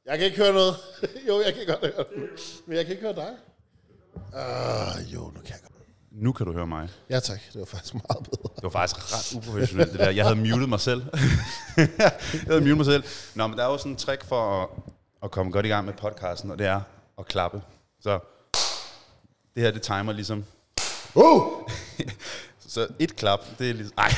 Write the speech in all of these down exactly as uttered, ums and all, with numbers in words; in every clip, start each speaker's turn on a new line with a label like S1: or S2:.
S1: Jeg kan ikke høre noget. Jo, jeg kan godt høre det. Men jeg kan ikke høre dig. Uh, jo, nu kan jeg godt.
S2: Nu kan du høre mig.
S1: Ja tak, det var faktisk meget bedre.
S2: Det var faktisk ret uprofessionelt det der. Jeg havde muted mig selv. jeg havde muted mig selv. Nå, men der er jo sådan en trick for at, at komme godt i gang med podcasten, og det er at klappe. Så det her, det timer ligesom.
S1: Uh!
S2: Så et klap, det er ligesom... Ej,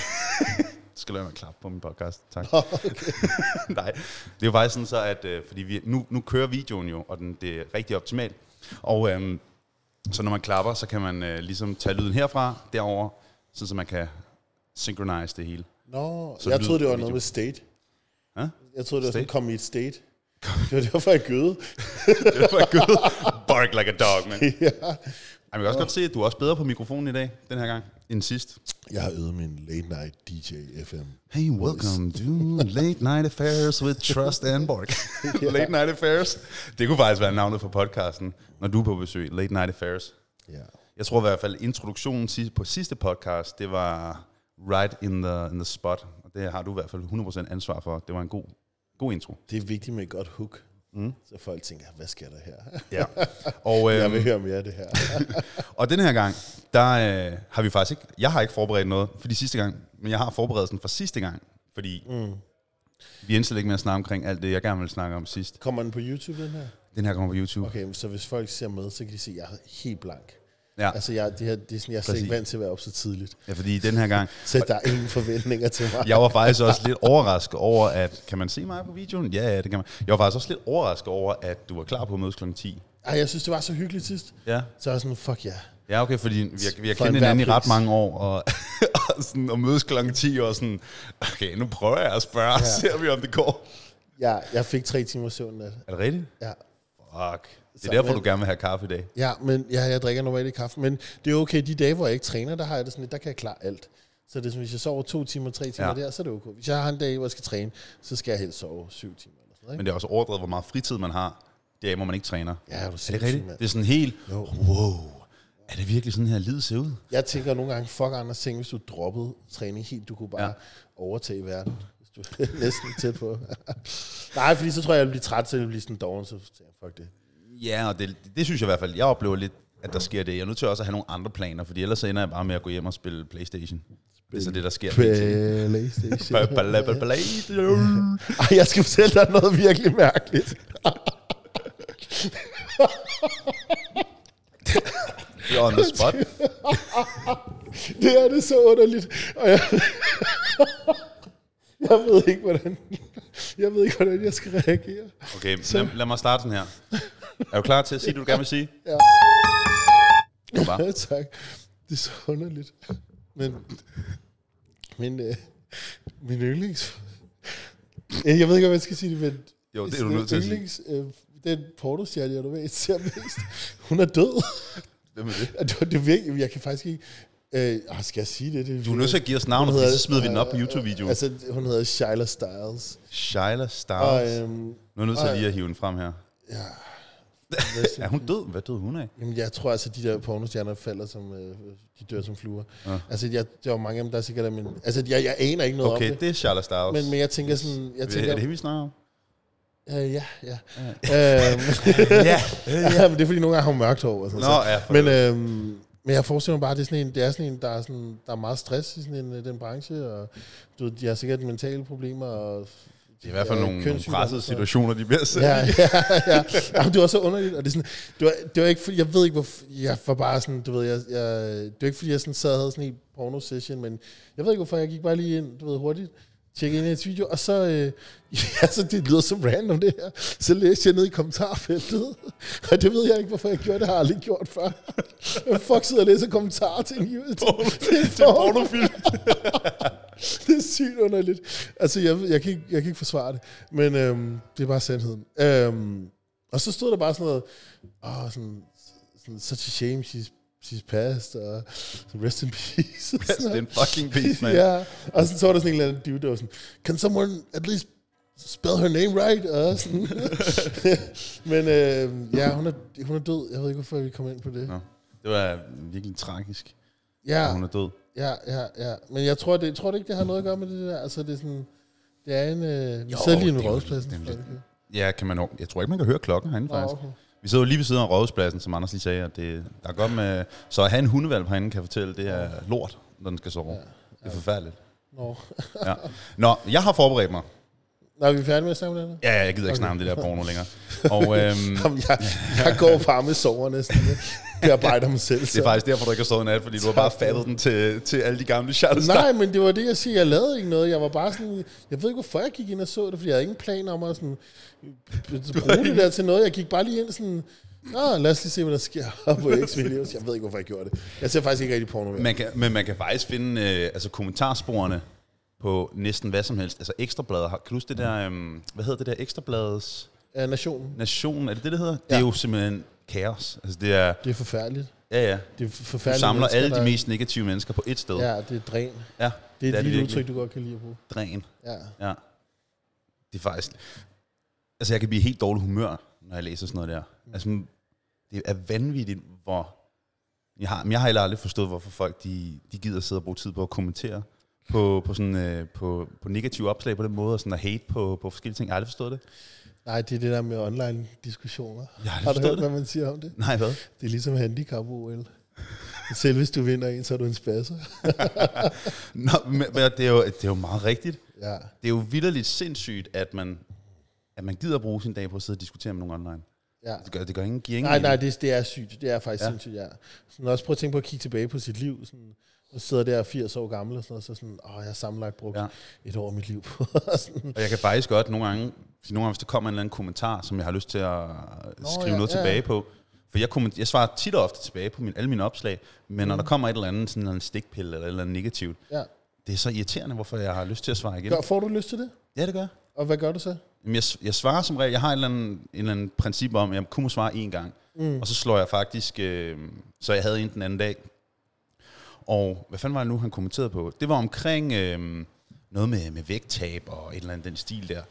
S2: du skal lade mig klappe på min podcast. Tak.
S1: Okay.
S2: Nej, det er jo faktisk sådan så, at øh, fordi vi, nu, nu kører videoen jo, og den, det er rigtig optimalt. Og øhm, så når man klapper, så kan man øh, ligesom tage lyden herfra, derover, så man kan synchronize det hele.
S1: Nå,
S2: så
S1: jeg troede, det var noget med state.
S2: Hæ?
S1: Jeg troede, det var
S2: State?
S1: sådan kom i et state. Det var derfor, jeg gøde.
S2: Det er derfor, jeg gøde. Bark like a dog, man.
S1: Ja.
S2: Jeg kan også godt se, at du er også bedre på mikrofonen i dag, den her gang, end sidst.
S1: Jeg har øvet min late night D J F M.
S2: Hey, welcome to Late Night Affairs with Trust and Borg. yeah. Late Night Affairs. Det kunne faktisk være navnet for podcasten, når du er på besøg. Late Night Affairs.
S1: Ja.
S2: Jeg tror i hvert fald, introduktionen på sidste podcast, det var right in the, in the spot. Og det har du i hvert fald hundrede procent ansvar for. Det var en god, god intro.
S1: Det er vigtigt med et godt hook. Mm. Så folk tænker, hvad sker der her?
S2: Ja. Og, øhm,
S1: jeg vil høre mere af det her.
S2: og den her gang, der øh, har vi faktisk ikke... Jeg har ikke forberedt noget for de sidste gang, men jeg har forberedelsen for sidste gang, fordi mm. vi indstiller ikke med at snakke omkring alt det, jeg gerne ville snakke om sidst.
S1: Kommer den på YouTube, den her?
S2: Den her kommer på YouTube.
S1: Okay, så hvis folk ser med, så kan de se, at jeg er helt blank.
S2: Ja.
S1: Altså, jeg, det her, det er sådan, jeg er slet ikke vant til at være op så tidligt.
S2: Ja, fordi den her gang...
S1: Så der er ingen forventninger til mig.
S2: Jeg var faktisk også lidt overrasket over, at... Kan man se mig på videoen? Ja, ja, det kan man. Jeg var faktisk også lidt overrasket over, at du var klar på at mødes klokken ti.
S1: Ej, jeg synes, det var så hyggeligt sidst.
S2: Ja.
S1: Så jeg var sådan, fuck ja. Yeah.
S2: Ja, okay, fordi vi har, vi har
S1: For
S2: kendt hinanden i
S1: enhver
S2: ret
S1: pris.
S2: mange år, og, og, sådan, og mødes klokken ti, og sådan... Okay, nu prøver jeg at spørge, ja. Ser vi, om det går.
S1: Ja, jeg fik tre timer søvn nat.
S2: Er det rigtigt?
S1: Ja.
S2: Fuck. Det er
S1: Så,
S2: derfor,
S1: men,
S2: du gerne vil have kaffe i dag.
S1: Ja, men ja, jeg drikker normalt ikke kaffe. Men det er okay, de dage, hvor jeg ikke træner, der har jeg det sådan lidt, der kan jeg klare alt. Så det er sådan, hvis jeg sover to timer, tre timer ja. der, så er det okay. Hvis jeg har en dag, hvor jeg skal træne, så skal jeg helst sove syv timer. Eller sådan, ikke?
S2: Men det er også overdrevet, hvor meget fritid man har. Det er, hvor man ikke træner.
S1: Ja, er, du
S2: er det rigtigt? Man. Det er sådan helt,
S1: jo.
S2: Wow. Er det virkelig sådan her, livet ser ud?
S1: Jeg tænker nogle gange, fuck andre ting, hvis du droppede træning helt, du kunne bare ja. overtage verden. Hvis du er næsten tæt på. Nej, fordi så tror jeg, jeg bliver træt, så jeg bliver sådan doven, så tænker jeg, fuck det.
S2: Ja, og det, det synes jeg i hvert fald. Jeg oplever lidt, at der sker det. Jeg er nødt til også at have nogle andre planer, fordi ellers ender jeg bare med at gå hjem og spille PlayStation. Det er så det, der sker.
S1: PlayStation.
S2: PlayStation.
S1: Ej, jeg skal fortælle dig noget virkelig mærkeligt.
S2: Det er on the spot.
S1: Det er det så underligt. Og jeg, jeg ved ikke, hvordan jeg ved ikke, hvordan jeg skal reagere.
S2: Okay, lad, lad mig starte sådan her. Er du klar til at sige, det du gerne vil sige?
S1: Ja.
S2: Ja,
S1: tak. Det er så underligt. Men min, øh, min yndlings... Jeg ved ikke, om jeg skal sige det, men...
S2: Jo, det er du nødt til at sige.
S1: Øh, den pornostjerne, jeg du ved, ser mest. Hun er død.
S2: Hvem er det?
S1: Det, det, det virkelig, jeg kan faktisk ikke... Øh, skal jeg sige det? det
S2: du er nødt til at give os navnet, for så smider vi den op på YouTube-videoen.
S1: Altså, hun hedder Shyla Styles.
S2: Shyla Styles.
S1: Og, øhm,
S2: nu er nødt til at lige at hive den frem her.
S1: Ja.
S2: Er hun død? Hvad døde hun af?
S1: Jamen, jeg tror altså, de der pornostjerner falder som... Øh, de dør som fluer. Ja. Altså, jeg, der er mange af dem, der er sikkert... Men, altså, jeg, jeg aner ikke noget
S2: okay,
S1: om det.
S2: Okay, det er Shyla Styles.
S1: Men, men jeg tænker sådan... Jeg tænker,
S2: er det, vi snakker om?
S1: Øh, ja, ja. ja. øhm, ja. ja, men det er fordi, nogle gange har hun mørkt hår. Og sådan,
S2: Nå, ja,
S1: men, øhm, men jeg forestiller mig bare, at det er sådan en, det er sådan en, der er, sådan, der er meget stress i sådan en, den branche, og du ved, de har sikkert mentale problemer, og
S2: det er i hvert fald nogle, nogle pressede situationer, de bliver sendt.
S1: Ja, ja, ja. Jamen, det var så underligt, og det er sådan, det var, det var ikke fordi, jeg ved ikke, hvorfor, jeg var bare sådan, du ved, jeg, jeg, det var ikke fordi, jeg sådan sad og havde sådan en porno-session, men jeg ved ikke, hvorfor, jeg gik bare lige ind, du ved, hurtigt, tjekke ind i et video, og så, øh, ja, så det lyder så random det her, så læste jeg ned i kommentarfeltet, og det ved jeg ikke, hvorfor jeg gjorde det, har jeg aldrig gjort før. Jeg fuck sidder og læser kommentarer til en YouTube.
S2: Det er pornofilm.
S1: Det er sygt underligt. Altså, jeg, jeg, kan ikke, jeg kan ikke forsvare det, men øhm, det er bare sandheden. Øhm, og så stod der bare sådan noget, åh, sådan, sådan such a shame, she's she's passed, og uh, rest in peace.
S2: Rest in fucking peace, man.
S1: Ja, og så var der sådan en eller anden dude, der var sådan, can someone at least spell her name right? Og sådan. Men øh, ja, hun er, hun er død. Jeg ved ikke, hvorfor vi kom ind på det.
S2: Nå, det var virkelig tragisk,
S1: ja,
S2: at hun er død.
S1: Ja, ja, ja. Men jeg tror, det, tror det ikke, det har noget at gøre med det der. Altså, det er sådan, det er en, øh, vi
S2: jo,
S1: sidder lige
S2: det
S1: i
S2: er
S1: rådspladsen.
S2: jo, det, Ja, kan man nok. Jeg tror ikke, man kan høre klokken herinde, faktisk.
S1: Oh, okay.
S2: Vi sidder jo lige ved siden af Rådhuspladsen, som Anders lige sagde, at det, der er godt med... Så at have en hundevalp herinde, kan jeg fortælle, det er lort, når den skal sove. Ja. Det er forfærdeligt.
S1: Nå.
S2: Ja. Nå, jeg har forberedt mig.
S1: Nå, er vi færdige med at snakke om det?
S2: Ja, jeg gider ikke okay. snakke om det der porno længere. Og, øhm,
S1: Jamen, jeg, jeg går bare med sover næsten. Jeg arbejder mig selv. Så.
S2: Det er faktisk derfor, du ikke har stået en nat, fordi du har bare fattet den til, til alle de gamle Charles.
S1: Nej, men det var det, jeg siger. Jeg lavede ikke noget. Jeg var bare sådan... Jeg ved ikke, hvorfor jeg gik ind og så det, fordi jeg havde ingen plan om at sådan, bruge det der til noget. Jeg gik bare lige ind sådan... Nå, lad os lige se, hvad der sker på X-Videos. Jeg ved ikke, hvorfor jeg gjorde det. Jeg ser faktisk ikke rigtig porno mere.
S2: Man kan, men man kan faktisk finde øh, altså kommentarsporene på næsten hvad som helst. Altså Ekstrabladet. Kan du huske det der... Øhm, hvad hedder det der Ekstrabladets...
S1: Ja, Nationen.
S2: Nationen, er det det, det hedder? Ja.
S1: Ja.
S2: Det er jo simpelthen kaos. Altså det er...
S1: Det er forfærdeligt.
S2: Ja, ja.
S1: Det er forfærdeligt.
S2: Du samler alle de
S1: der...
S2: mest negative mennesker på et sted.
S1: Ja, det er dræn.
S2: Ja,
S1: det er
S2: det
S1: et lille
S2: det
S1: udtryk, du godt kan lide at bruge.
S2: Dræn.
S1: Ja.
S2: Ja. Det er faktisk... Altså, jeg kan blive helt dårlig humør, når jeg læser sådan noget der. Mm. Altså, det er vanvittigt, hvor... Jeg har, men jeg har heller aldrig forstået, hvorfor folk de, de gider sidde og bruge tid på at kommentere på, på, sådan, øh, på, på negative opslag på den måde, og sådan at hate på, på forskellige ting. Jeg har aldrig forstået det.
S1: Nej, det er det der med online-diskussioner.
S2: Jeg har,
S1: har du hørt,
S2: det.
S1: hvad man siger om det?
S2: Nej, hvad?
S1: Det er ligesom handicap-O L. Selv hvis du vinder en, så er du en spasser.
S2: Nå, men det er, jo, det er jo meget rigtigt.
S1: Ja.
S2: Det er jo vitterligt sindssygt, at man, at man gider bruge sin dag på at sidde og diskutere med nogen online.
S1: Ja.
S2: Det gør, det gør ingen, giver ingen
S1: Nej, nej, det, det er sygt. Det er faktisk
S2: ja.
S1: sindssygt, ja. Sådan også prøv at tænke på at kigge tilbage på sit liv. Sådan, og sidder der firs år gammel og sådan noget, så sådan, åh, jeg har sammenlagt brugt ja. et år af mit liv på.
S2: Og jeg kan faktisk godt nogle gange, nogle gange, hvis der kommer en eller anden kommentar, som jeg har lyst til at Nå, skrive ja, noget ja. tilbage på, for jeg, komment- jeg svarer tit og ofte tilbage på min, alle mine opslag, men mm. når der kommer et eller andet, sådan en stikpille eller et eller andet negativt,
S1: ja.
S2: det er så irriterende, hvorfor jeg har lyst til at svare igen.
S1: Gør, får du lyst til det?
S2: Ja, det gør.
S1: Og hvad gør du så?
S2: Jamen, jeg, jeg svarer som regel, jeg har et eller andet, en eller anden princip om, at jeg kun må svare én gang, mm. og så slår jeg faktisk, øh, så jeg havde en den anden dag. Og hvad fanden var det nu, han kommenterede på? Det var omkring øh, noget med, med vægttab og et eller andet den stil der.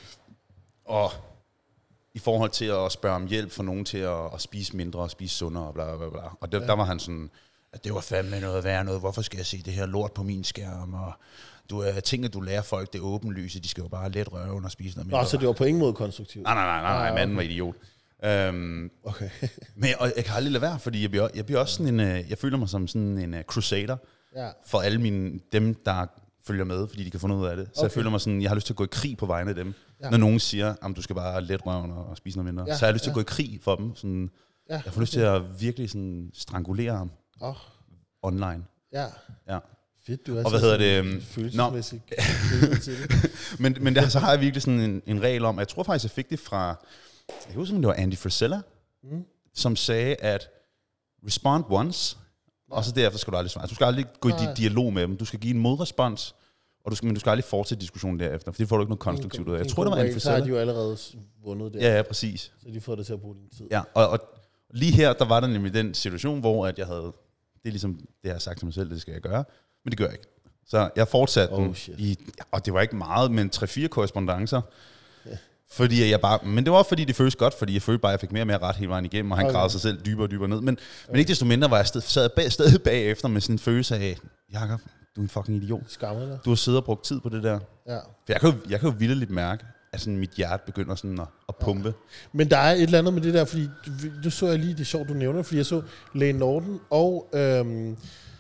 S2: Og i forhold til at spørge om hjælp for nogen til at, at spise mindre og spise sundere og bla bla bla. Og der, ja. der var han sådan, at det var fandme noget værd noget. Hvorfor skal jeg se det her lort på min skærm? Og du er ting, at du lærer folk det åbenlyse. De skal jo bare let røven og spise noget mindre.
S1: Nå, så det var på ingen måde konstruktivt?
S2: Nej, nej, nej, nej, nej, manden var idiot. Um,
S1: okay.
S2: men og jeg kan aldrig lade være, fordi jeg bliver, jeg bliver også sådan en, jeg føler mig som sådan en uh, crusader
S1: ja.
S2: for alle mine, dem, der følger med, fordi de kan få noget ud af det. Så okay. jeg føler mig sådan, jeg har lyst til at gå i krig på vegne af dem. Ja. Når nogen siger, at du skal bare let røven og spise noget mindre, ja. så har jeg lyst til ja. at gå i krig for dem. Sådan, ja. Jeg får lyst til at virkelig sådan strangulere ham oh. online.
S1: Ja.
S2: Ja.
S1: Fedt, du er
S2: og hvad hedder det?
S1: Følelsesmæssigt.
S2: men men der, så har jeg virkelig sådan en, en regel om, at jeg tror faktisk, jeg fik det fra, jeg husker, det var Andy Frisella, mm. som sagde, at respond once, ja. og så derefter skal du aldrig svare. Du skal aldrig gå i di- dialog med dem. Du skal give en modrespons, og du skal, men du skal aldrig fortsætte diskussionen derefter, for det får du ikke noget konstruktivt ud af. Jeg tror, det var Andy Frisella.
S1: Så har de jo allerede vundet der.
S2: Ja, ja, præcis.
S1: Så de får det til at bruge din tid.
S2: Ja, og, og lige her, der var der nemlig den situation, hvor at jeg havde, det er ligesom, det jeg har sagt til mig selv, det skal jeg gøre, men det gør jeg ikke. Så jeg fortsatte oh, den i, og det var ikke meget, men tre-fire korrespondancer. Yeah. Fordi jeg bare, men det var fordi det føltes godt, fordi jeg følte bare, at jeg fik mere og mere ret hele vejen igennem, og han okay. gravede sig selv dybere og dybere ned. Men, okay. men ikke desto mindre var jeg sted, sad bag, stadig bagefter med sådan en følelse af, Jakob, du er en fucking idiot.
S1: Skammer dig.
S2: Du har siddet og brugt tid på det der. Ja. For jeg kan jo, jeg kan jo vitterligt mærke, at sådan mit hjerte begynder sådan at, at pumpe. Ja.
S1: Men der er et eller andet med det der, fordi du, du så jeg lige, det er sjovt, du nævner, fordi jeg så Lane Norton og, øhm,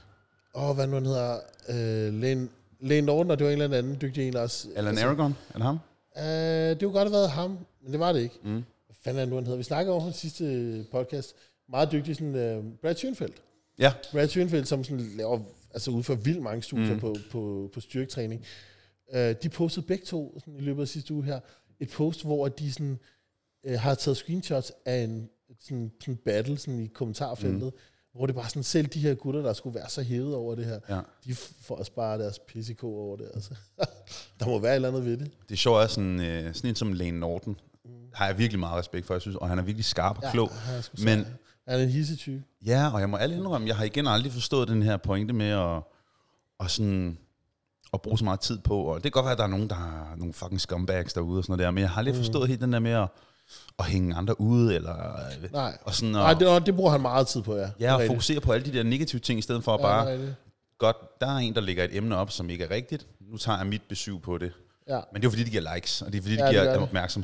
S1: åh, hvad nu han hedder, øh, Lane, Lane Norton, og det var en eller anden dygtig en også.
S2: Alan altså, Aragon, eller ham?
S1: Øh, det kunne godt have været ham, men det var det ikke. Mm. Hvad fanden er det nu, han hedder? Vi snakkede over den sidste podcast. Meget dygtig, sådan uh, Brad Schoenfeldt.
S2: Ja.
S1: Brad Schoenfeldt, som sådan laver, altså udfører vildt mange studier mm. på, på, på styrketræning. Uh, de postede begge to sådan, i løbet af sidste uge her, et post, hvor de sådan, uh, har taget screenshots af en sådan, sådan battle sådan, i kommentarfeltet, mm. hvor det bare sådan, selv de her gutter, der skulle være så hævet over det her, ja. de får også bare deres pissiko over det. Altså. Der må være et eller andet ved det.
S2: Det er sjovt, at sådan, øh, sådan en som Lane Norton, mm. har jeg virkelig meget respekt for, jeg synes, og han er virkelig skarp og ja, klog.
S1: Han men han er en hissetype.
S2: Ja, og jeg må ærligt indrømme, jeg har igen aldrig forstået den her pointe med at, og sådan, at bruge så meget tid på, og det kan godt være, at der er nogen, der har nogle fucking scumbags derude og sådan noget der, men jeg har aldrig mm. forstået helt den der med at at hænge andre ude, eller...
S1: Nej,
S2: og sådan, og,
S1: Nej det, det bruger han meget tid på, ja.
S2: Ja, og fokusere på alle de der negative ting, i stedet for at ja, bare... Godt, der er en, der lægger et emne op, som ikke er rigtigt. Nu tager jeg mit besøg på det. Ja. Men det er jo fordi, det giver likes, og det er fordi, det ja, giver det dem opmærksomhed.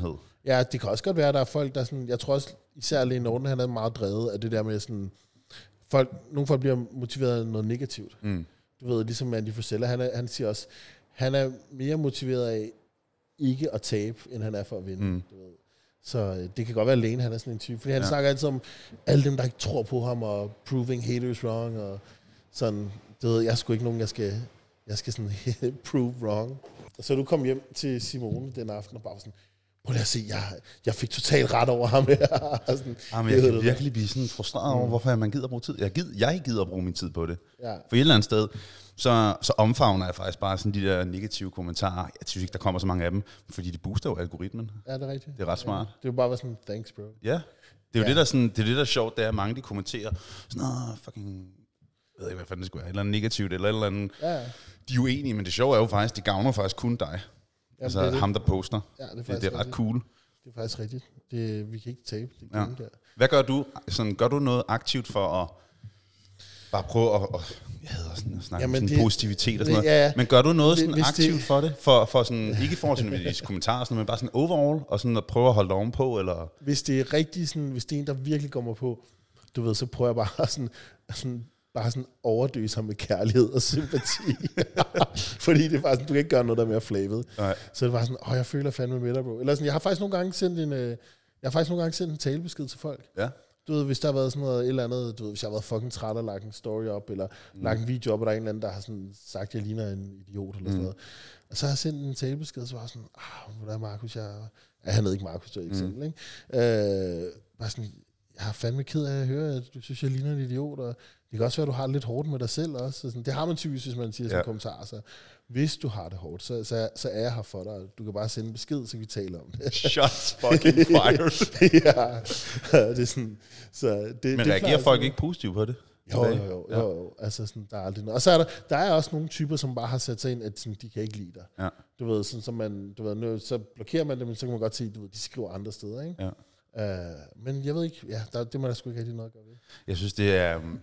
S1: Ja, det kan også godt være, at der er folk, der sådan, jeg tror også, især Lene Norton, han er meget drevet af det der med sådan, folk, nogle folk bliver motiveret af noget negativt.
S2: Mm.
S1: Du ved, ligesom Andy Frisella, han, er, han siger også, han er mere motiveret af ikke at tabe, end han er for at vinde.
S2: Mm.
S1: Du ved. Så øh, det kan godt være, at Lane, han er sådan en type, fordi han
S2: ja.
S1: snakker altid om alle dem, der ikke tror på ham, og proving haters wrong, og sådan, du ved, jeg er sgu ikke nogen, jeg skal, jeg skal sådan prove wrong. Og så du kom hjem til Simone den aften, og bare sådan, prøv lige at se, jeg, jeg fik totalt ret over ham her. sådan,
S2: Jamen, jeg kan virkelig blive sådan frustreret over, hvorfor man gider bruge tid. Jeg gider, jeg gider bruge min tid på det.
S1: Ja.
S2: For et eller andet sted, så, så omfavner jeg faktisk bare sådan de der negative kommentarer. Jeg synes ikke, der kommer så mange af dem, fordi de booster jo algoritmen.
S1: Ja, det er rigtigt.
S2: Det er ret smart.
S1: Ja, det er jo bare være sådan, thanks bro.
S2: Ja, det er jo
S1: ja.
S2: det, der sådan, det er det, der er sjovt, det er, at mange de kommenterer sådan, åh, fucking, jeg ved ikke, hvad fanden det skulle være, et eller andet negativt, eller et eller andet.
S1: Ja.
S2: De er uenige, men det sjove er jo faktisk, det gavner faktisk kun dig. Ja, altså det ham, der poster.
S1: Ja, det, er
S2: det, det er ret cool.
S1: Det er faktisk rigtigt. Det, vi kan ikke tabe det
S2: ja.
S1: der.
S2: Hvad gør du? Sådan, gør du noget aktivt for at bare prøve at, at jeg hedder sådan, at snakke Jamen om sådan det, positivitet og sådan noget. Ja, ja. Men gør du noget sådan Hvis aktivt det, for det? For, for sådan, ikke for sådan i kommentarer, sådan, men bare sådan overall, og sådan at prøve at holde oven på? Eller?
S1: Hvis det er rigtig sådan, hvis det er en, der virkelig går mig på, du ved, så prøver jeg bare sådan, sådan bare sådan overdøse ham med kærlighed og sympati. Fordi det er bare sådan, du kan ikke gøre noget, der er mere flavet. Nej. Så det var sådan, åh, jeg føler fandme med dig, bro. Eller sådan, jeg har faktisk nogle gange sendt en, jeg har faktisk nogle gange sendt en talebesked til folk.
S2: Ja.
S1: Du ved, hvis der har været sådan noget, et eller andet, du ved, hvis jeg har været fucking træt og lagt en story op, eller mm. lagt en video op, og der er en eller anden, der har sådan sagt, at jeg ligner en idiot, eller mm. sådan noget. Og så har jeg sendt en talebesked, så var jeg sådan, ah, hvordan er Markus, jeg... Ja, han hed ikke Markus, det er et eksempel, mm. ikke? Øh, bare sådan, jeg har fandme ked af at høre, at du synes, jeg ligner en idiot, og det kan også være, at du har det lidt hårdt med dig selv også. Så sådan, det har man typisk, hvis man siger sådan en ja. kommentar. Så hvis du har det hårdt, så, så, så er jeg her for dig. Du kan bare sende en besked, så kan vi tale om det.
S2: Shots fucking fired.
S1: ja, det er sådan... Så det,
S2: Men
S1: det
S2: reagerer folk ikke positivt på det?
S1: Jo, jo, jo. jo, jo. Altså, sådan, der er aldrig noget. Og så er der, der er også nogle typer, som bare har sat sig ind, at sådan, de kan ikke lide dig. Ja. Du ved, sådan, så, man, du ved, nu, så blokerer man dem, men så kan man godt se, du ved, de skriver andre steder, ikke? Ja. Uh, men jeg ved ikke, ja, der, det må der sgu ikke rigtig noget at gøre ved.
S2: Jeg synes, det er... Um,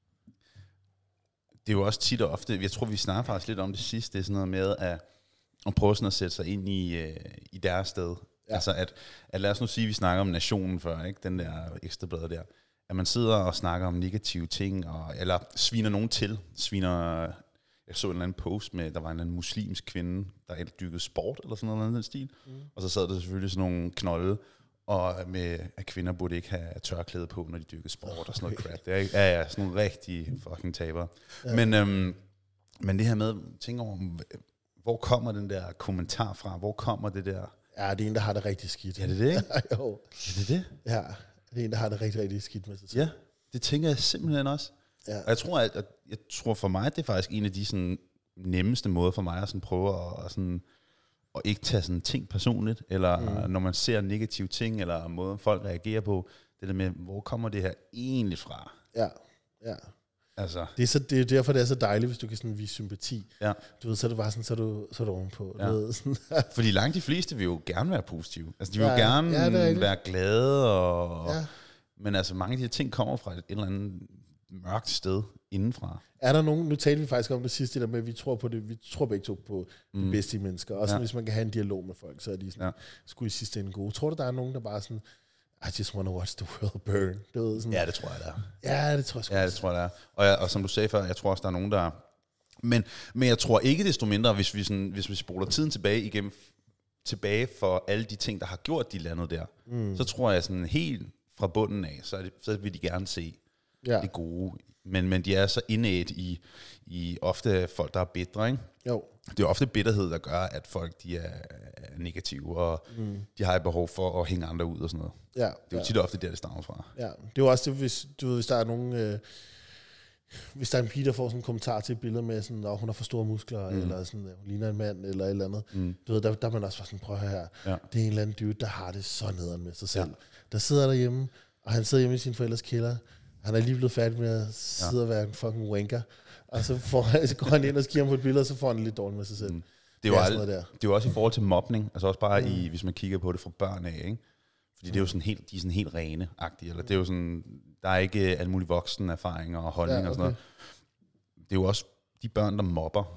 S2: det er jo også tit og ofte, jeg tror, vi snakker faktisk lidt om det sidste, det er sådan noget med at, at prøve sådan at sætte sig ind i, uh, i deres sted. Ja. Altså, at, at lad os nu sige, at vi snakker om nationen før, ikke? Den der ekstrablad der. At man sidder og snakker om negative ting, og, eller sviner nogen til. Sviner... Jeg så en eller anden post med, der var en eller anden muslimsk kvinde, der dyrkede sport, eller sådan noget andet den stil. Mm. Og så sad der selvfølgelig sådan nogle knolde, og med, at kvinder burde ikke have tørklæde på, når de dyrkede sport og sådan noget crap. Det er ikke, ja, ja, sådan nogle rigtige fucking taber. Ja. Men, øhm, men det her med, tænk over, hvor kommer den der kommentar fra? Hvor kommer det der?
S1: Ja, det er en, der har det rigtig skidt.
S2: Ja, det er det, ikke?
S1: Jo.
S2: Er det det?
S1: Ja, det er en, der har det rigtig, rigtig skidt med sig selv.
S2: Ja, det tænker jeg simpelthen også. Ja. Og jeg tror, at, at, jeg tror for mig, det er faktisk en af de sådan, nemmeste måder for mig at sådan, prøve at, at sådan, og ikke tage sådan ting personligt, eller mm. når man ser negative ting, eller måden folk reagerer på, det der med, hvor kommer det her egentlig fra?
S1: Ja, ja.
S2: Altså.
S1: Det er, så, det er derfor, det er så dejligt, hvis du kan sådan vise sympati.
S2: Ja.
S1: Du ved, så er det bare sådan, så er du, så er du ovenpå. Ja. Ved, sådan.
S2: Fordi langt de fleste vil jo gerne være positive. Altså, de vil
S1: ja,
S2: jo gerne
S1: ja,
S2: være glade, og,
S1: ja.
S2: men altså, mange af de her ting kommer fra et eller andet mørkt sted indenfra.
S1: Er der nogen, nu talte vi faktisk om det sidste, der med, at vi tror på det, vi tror begge to på mm. det bedste i mennesker. Også ja. Hvis man kan have en dialog med folk, så er de sådan, ja. Skulle i sidste ende gode. Tror du, der er nogen, der bare sådan, I just want to watch the world burn? Du ved, sådan,
S2: ja, det tror jeg, der
S1: er. Ja, det tror jeg
S2: Ja, det tror jeg, der er. Og, jeg, og som du sagde før, jeg tror også, der er nogen, der... Men, men jeg tror ikke desto mindre, hvis vi, sådan, hvis vi spoler tiden tilbage igennem, tilbage for alle de ting, der har gjort de landet der, mm. så tror jeg sådan helt fra bunden af, så, er det, så vil de gerne se ja. det gode. Men, men de er så indædt i, i ofte folk, der er bitre, ikke? Jo. Det er ofte bitterhed, der gør, at folk de er negative, og mm. de har et behov for at hænge andre ud og sådan noget. Ja, det er jo ja. tit og ofte der, det stammer fra.
S1: Ja, det er jo også det, hvis, du ved, hvis der er nogen... Øh, hvis der er en pige, der får sådan en kommentar til et billede med, sådan, at hun har for store muskler, mm. eller sådan, hun ligner en mand, eller et eller andet. Mm. Du ved, der, der er man også sådan, prøv at høre her. Ja. Det er en eller anden dude, der har det så nederen med sig selv. Ja. Der sidder derhjemme, og han sidder hjemme i sin forældres kælder. Han er lige blevet færdig med at sidde ja. og være en fucking wanker. Og så, får han, så går han ind og skiver ham på et billede, og så får han det lidt dårligt med sig selv. Mm.
S2: Det er jo, al- det er jo også i forhold til mobning, altså også bare mm. i, hvis man kigger på det fra børn af, ikke? Fordi det er jo sådan helt, de er sådan helt rene-agtige, eller det er jo sådan, der er ikke alle mulige voksne erfaringer og holdninger ja, okay. og sådan noget. Det er jo også de børn, der mobber. Det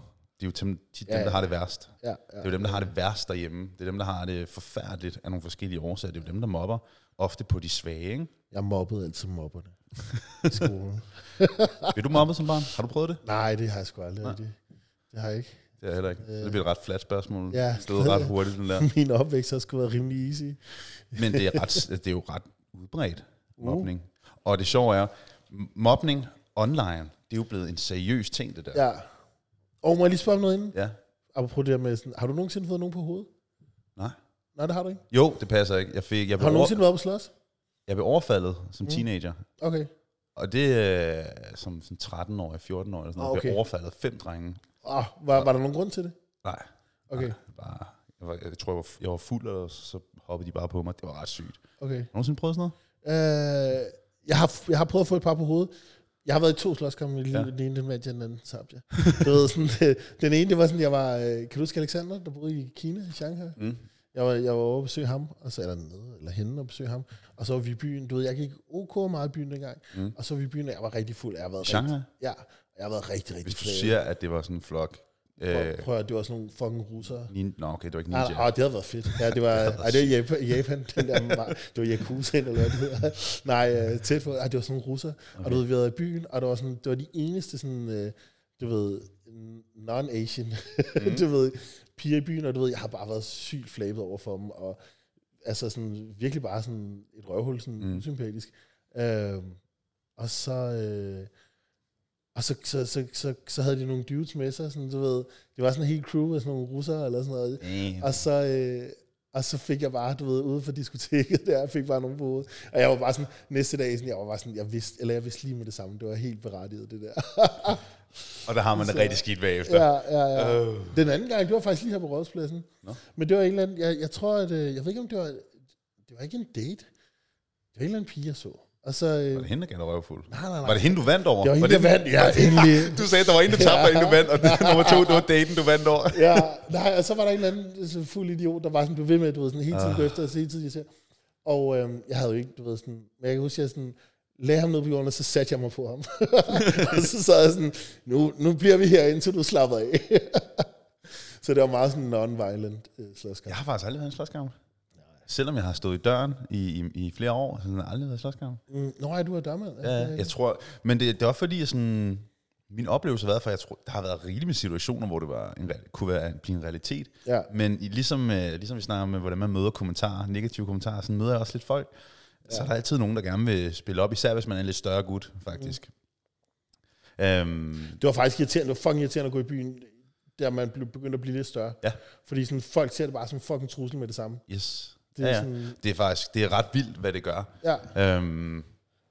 S2: det er jo tit dem,
S1: Ja, ja.
S2: der har det værst.
S1: Ja, ja,
S2: det er jo dem, der har det værst derhjemme. Det er dem, der har det forfærdeligt af nogle forskellige årsager. Det er jo dem, der mobber ofte på de svage, ikke?
S1: Jeg mobbede altid mobberne i skolen.
S2: Vil du mobbet som barn? Har du prøvet det?
S1: Nej, det har jeg sgu aldrig rigtig. Det har jeg ikke.
S2: Det er jeg heller ikke. Så det bliver et ret flat spørgsmål.
S1: Ja.
S2: Det stod ret hurtigt, den der.
S1: Min opvækst har sgu været rimelig easy.
S2: Men det er, ret, det er jo ret udbredt, mobning. Uh. Og det sjove er, mobning online, det er jo blevet en seriøs ting, det der.
S1: Ja. Og må jeg lige spørge om noget inden?
S2: Ja.
S1: Apropos det der med sådan, har du nogensinde fået nogen på hovedet?
S2: Nej.
S1: Nej, det har du ikke.
S2: Jo, det passer ikke. Jeg, fik, jeg
S1: Har du nogensinde været på slås?
S2: Jeg blev overfaldet som mm. teenager.
S1: Okay.
S2: Og det er som, som tretten-årig, fjorten-årig, sådan noget.
S1: Okay.
S2: Jeg blev overfaldet fem drenge.
S1: Oh, var, var der nogen grund til det?
S2: Nej.
S1: Okay.
S2: Nej, bare, jeg, var, jeg tror, jeg var, jeg var fuld, og så hoppede de bare på mig. Det var ret sygt.
S1: Okay.
S2: Har du nogensinde prøvet sådan noget?
S1: Øh, jeg, har, jeg har prøvet at få et par på hovedet. Jeg har været i to slåskampe med
S2: Ja.
S1: den ene, den vandt jeg, den anden tabte jeg. Du ved, sådan, den ene, det var sådan, jeg var, kan du huske Alexander, der boede i Kina, i Shanghai?
S2: Mm.
S1: Jeg var, jeg var over at besøge ham, og så eller nede, eller hende og besøge ham. Og så var vi i byen, du ved, jeg gik ok meget i byen dengang. Mm. Og så var vi i byen, og jeg var rigtig fuld. Jeg har været
S2: Shanghai?
S1: rigtig, ja, jeg har været rigtig, rigtig
S2: Hvis du
S1: flad.
S2: siger, at det var sådan en flok.
S1: Prøv, prøv at det var sådan nogle fucking russere.
S2: Nin, nå, okay, det var ikke ninja.
S1: Nej, nej, det havde været fedt. Ja, det var, ej, det var Japan, Japan den der, det var Yakuza, eller hvad det hedder. Nej, tæt på, ej, det var sådan nogle russere. Okay. Og du ved, vi havde i byen, og det var, sådan, det var de eneste sådan, øh, du ved, non-Asian, mm. du ved, piger i byen, og du ved, jeg har bare været sygt flabet over for dem, og altså sådan, virkelig bare sådan et røvhul, sådan mm. usympatisk. Øh, og så... Øh, Og så, så, så, så, så havde de nogle dudes med sig, sådan, du ved, det var sådan en helt crew af sådan nogle russere eller sådan noget. Mm. Og, så, øh, og så fik jeg bare, du ved, ude for diskoteket der, fik bare nogle på hovedet. Og jeg var bare sådan, næste dag, sådan, jeg var bare sådan, jeg vidste, eller jeg vidste lige med det samme, det var helt berettiget, det der.
S2: Og der har man det rigtig skidt bagefter.
S1: Ja, ja, ja. Uh. Den anden gang, det var faktisk lige her på Rådspladsen. No. Men det var en eller anden, jeg, jeg tror, at, jeg ved ikke, om det var, det var ikke en date. Det var en eller anden pige, jeg så. Og så, øh,
S2: var det hende, der gav dig røvfuld?
S1: Nej, nej, nej.
S2: Var det hende, du vandt over?
S1: Det var hende,
S2: var det,
S1: der vandt, ja, endelig.
S2: Du sagde, der var en, der tabte, og en, du vandt, og nummer to, det var daten, du vandt over.
S1: Ja, nej, og så var der en eller anden så fuld idiot, der var sådan, blev ved med, du ved, sådan hele tiden uh. gå efter, og så hele tiden, jeg ser. Og øhm, jeg havde jo ikke, du ved, sådan, men jeg kan huske, at jeg sådan, lagde ham ned på jorden, og så satte jeg mig på ham. Og så sad jeg sådan, nu, nu bliver vi her, indtil du slapper af. Så det var meget sådan non-violent øh, slåskamp.
S2: Jeg har faktisk aldrig været en slåskamp. Selvom jeg har stået i døren i, i, i flere år, så har jeg aldrig været i slåskamp.
S1: Mm, nå, ja, du er dørmand.
S2: Ja, jeg tror, men det, det er også fordi, jeg sådan, min oplevelse har været, for jeg tror, der har været rigeligt med situationer, hvor det var en, kunne være en, blive en realitet. Ja. Men i, ligesom, øh, ligesom vi snakker om, hvordan man møder kommentarer, negative kommentarer, så møder jeg også lidt folk. Ja. Så er der altid nogen, der gerne vil spille op, især hvis man er en lidt større gut, faktisk. Mm. Um,
S1: det var faktisk irriterende, det var fucking irriterende at gå i byen, der man begyndte at blive lidt større. Ja. Fordi sådan, folk ser det bare som en fucking trussel med det samme.
S2: Yes.
S1: Det er,
S2: ja, ja.
S1: Sådan...
S2: det er faktisk det er ret vildt, hvad det gør. Ja. Um,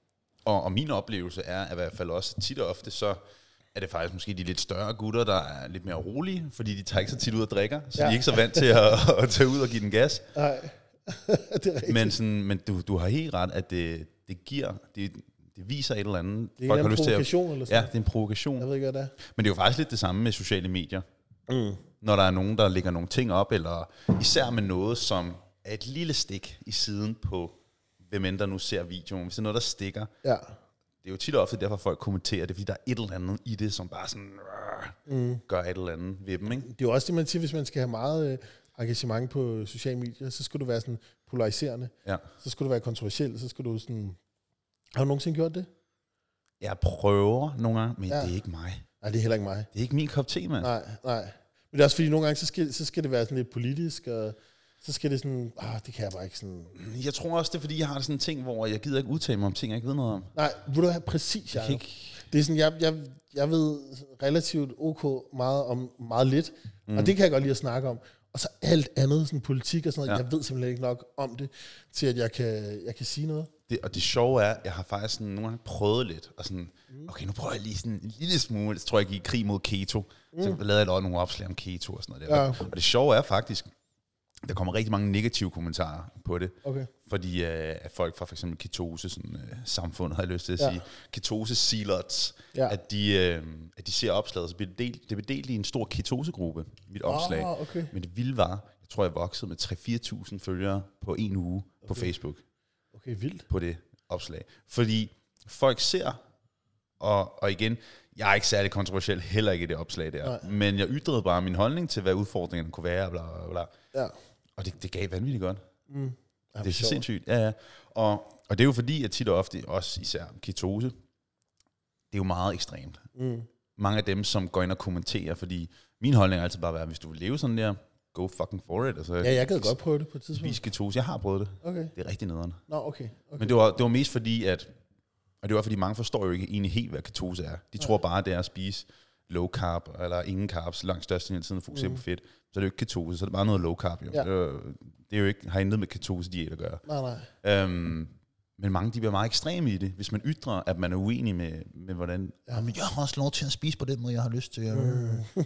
S2: og, og min oplevelse er, at i hvert fald også tit og ofte, så er det faktisk måske de lidt større gutter, der er lidt mere rolige, fordi de tager ikke så tit ud og drikker, så ja. de er ikke så vant til at, at tage ud og give den gas.
S1: Nej, det er rigtigt.
S2: Men, sådan, men du, du har helt ret, at det, det giver, det, det viser et eller andet.
S1: Det er folk en har provokation
S2: at,
S1: eller sådan.
S2: Ja, det er en provokation.
S1: Jeg ved ikke, hvad det er.
S2: Men det er jo faktisk lidt det samme med sociale medier. Mm. Når der er nogen, der lægger nogle ting op, eller især med noget, som er et lille stik i siden på, hvem end der nu ser videoen. Hvis det er noget, der stikker. Ja. Det er jo tit og ofte derfor, folk kommenterer det, fordi der er et eller andet i det, som bare sådan mm. gør et eller andet ved dem. Ikke?
S1: Det er jo også det, man siger, hvis man skal have meget øh, engagement på sociale medier, så skal du være sådan polariserende. Ja. Så skal du være kontroversiel, så skal du sådan... Har du nogensinde gjort det?
S2: Jeg prøver nogle gange, men ja. det er ikke mig.
S1: Nej, det er heller ikke mig.
S2: Det er ikke min kop te, mand.
S1: Nej, nej. Men det er også fordi, nogle gange, så skal, så skal det være sådan lidt politisk, og så skal det sådan, ah, det kan jeg bare ikke sådan...
S2: Jeg tror også, det er fordi, jeg har sådan en ting, hvor jeg gider ikke udtale mig om ting, jeg ikke ved noget om.
S1: Nej, vil du have præcis, jeg ikke... Det er sådan, jeg, jeg, jeg ved relativt ok meget om meget lidt, mm. og det kan jeg godt lide at snakke om. Og så alt andet, sådan politik og sådan noget, ja. Jeg ved simpelthen ikke nok om det, til at jeg kan, jeg kan sige noget.
S2: Det, og det sjove er, jeg har faktisk sådan nogle gange prøvet lidt, og sådan, mm. okay, nu prøver jeg lige sådan en lille smule, så tror jeg, jeg gik i krig mod keto, mm. så lavede jeg også nogle opslag om keto og sådan noget der. Ja. Og det sjove er faktisk, der kommer rigtig mange negative kommentarer på det, okay. fordi øh, at folk fra for eksempel ketose, sådan, øh, samfundet har jeg lyst til at ja. sige, ketose zealots, ja. at, de, øh, at de ser opslaget, så bliver det delt, det bliver delt i en stor ketosegruppe, mit opslag.
S1: Oh, okay.
S2: Men det vilde var, jeg tror jeg voksede med tre til fire tusind følgere på en uge okay. på Facebook.
S1: Okay, vildt.
S2: På det opslag. Fordi folk ser, og, og igen, Jeg er ikke særlig kontroversiel, heller ikke i det opslag der. Nej. Men jeg ytrede bare min holdning til, hvad udfordringen kunne være, bla bla bla. Ja. Og det, det gav vanvittigt godt. Mm. Det er så sindssygt. Ja, ja. Og, og det er jo fordi, at tit og ofte, også især ketose, det er jo meget ekstremt. Mm. Mange af dem, som går ind og kommenterer, fordi min holdning er altid bare været, hvis du vil leve sådan der, go fucking for it. Altså,
S1: ja, jeg gad godt prøve det på et tidspunkt.
S2: Spis ketose. Jeg har prøvet det.
S1: Okay.
S2: Det er rigtig nederen.
S1: Nå, okay. okay.
S2: Men det var, det var mest fordi, at og det var fordi, mange forstår jo ikke egentlig helt, hvad ketose er. De tror bare, det er at spise low carb, eller ingen carbs, langt størstedelen af tiden at fokusere mm. på fedt. Så er det jo ikke ketose, så er det bare noget low carb. Jo. Ja. Det, er, det er jo ikke, har intet med ketose-diæt at gøre.
S1: Nej, nej. Øhm,
S2: men mange, de bliver meget ekstreme i det. Hvis man ytrer, at man er uenig med, med hvordan, ja, men jeg har også lov til at spise på den måde, jeg har lyst til. Mm.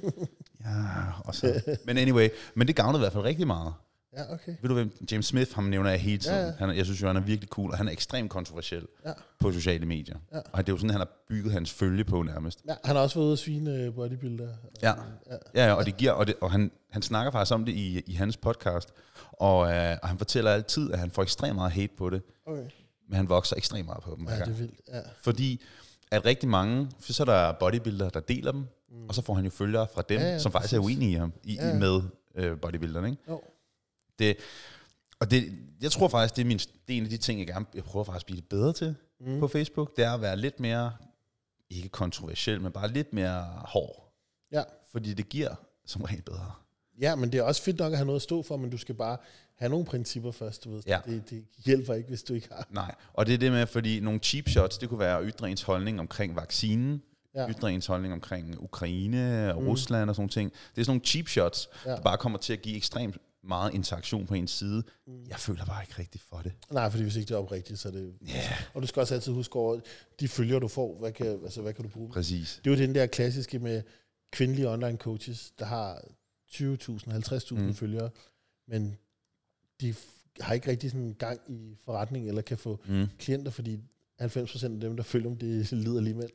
S2: ja, og så. Men anyway, men det gavnede i hvert fald rigtig meget.
S1: Ja, okay.
S2: Ved du hvem? James Smith, ham nævner jeg hele tiden. Ja, ja. Han, jeg synes jo, han er virkelig cool, og han er ekstremt kontroversiel ja. på sociale medier. Ja. Og det er jo sådan, han har bygget hans følge på nærmest.
S1: Ja, han har også været ude at svine bodybuilder.
S2: Ja, ja, ja og, det giver, og, det, og han, han snakker faktisk om det i, i hans podcast, og, øh, og han fortæller altid, at han får ekstremt meget hate på det, okay. men han vokser ekstremt meget på dem.
S1: Ja, det er vildt. Ja.
S2: Fordi at rigtig mange, så er der bodybuilder, der deler dem, mm. og så får han jo følgere fra dem, ja, ja, som faktisk præcis. er uenige i ham, i, ja, ja. med øh, bodybuilderne, ikke? Jo. Det, og det, jeg tror faktisk, det er, min, det er en af de ting, jeg gerne jeg prøver faktisk at blive lidt bedre til mm. på Facebook. Det er at være lidt mere, ikke kontroversiel, men bare lidt mere hård. Ja. Fordi det giver som regel bedre.
S1: Ja, men det er også fedt nok at have noget at stå for, men du skal bare have nogle principper først, du ved. Ja. Det, det hjælper ikke, hvis du ikke har.
S2: Nej, og det er det med, fordi nogle cheap shots, det kunne være at ytre ens holdning omkring vaccinen, ja. ytre ens holdning omkring Ukraine og mm. Rusland og sådan ting. Det er sådan nogle cheap shots, ja. der bare kommer til at give ekstremt meget interaktion på ens side. Mm. Jeg føler bare ikke rigtigt for det.
S1: Nej, fordi hvis ikke det er oprigtigt, så er det... Yeah. Og du skal også altid huske over, de følger du får, hvad kan, altså, hvad kan du bruge?
S2: Præcis.
S1: Det er jo den der klassiske med kvindelige online coaches, der har tyve tusind, halvtreds tusind mm. følgere, men de har ikke rigtig sådan en gang i forretning, eller kan få mm. klienter, fordi halvfems procent af dem, der følger dem, det er liderlige mænd.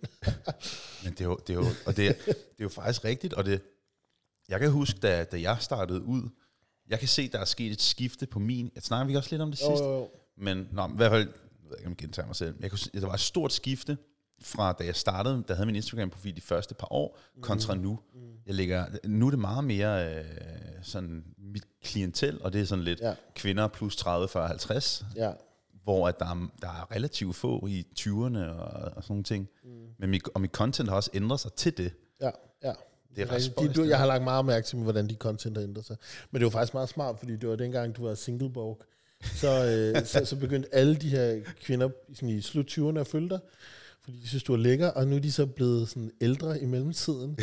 S2: Men det er jo, det er jo, og det er, det er jo faktisk rigtigt, og det, jeg kan huske, da, da jeg startede ud, jeg kan se, der er sket et skifte på min... Jeg snakker vi også lidt om det sidste. Jo, jo, jo. Men nå, i hvert fald... Jeg ved ikke, om jeg gentager mig selv. Jeg kunne, der var et stort skifte fra, da jeg startede, der havde min Instagram-profil de første par år, kontra mm. nu. Mm. Jeg ligger, nu er det meget mere øh, sådan mit klientel, og det er sådan lidt ja. kvinder plus tredive, fyrre, halvtreds. Ja. Hvor at der, er, der er relativt få i tyverne og, og sådan nogle ting. Mm. Men mit, og mit content har også ændret sig til det. Ja, ja. Det er ret de, du, jeg har lagt meget mærke til, hvordan de content har ændret sig. Men det var faktisk meget smart, fordi det var dengang, du var singleborg. Så, øh, så, så begyndte alle de her kvinder sådan i slut tyverne at følge dig, fordi de synes, du var lækker, og nu er de så blevet sådan ældre i mellemtiden.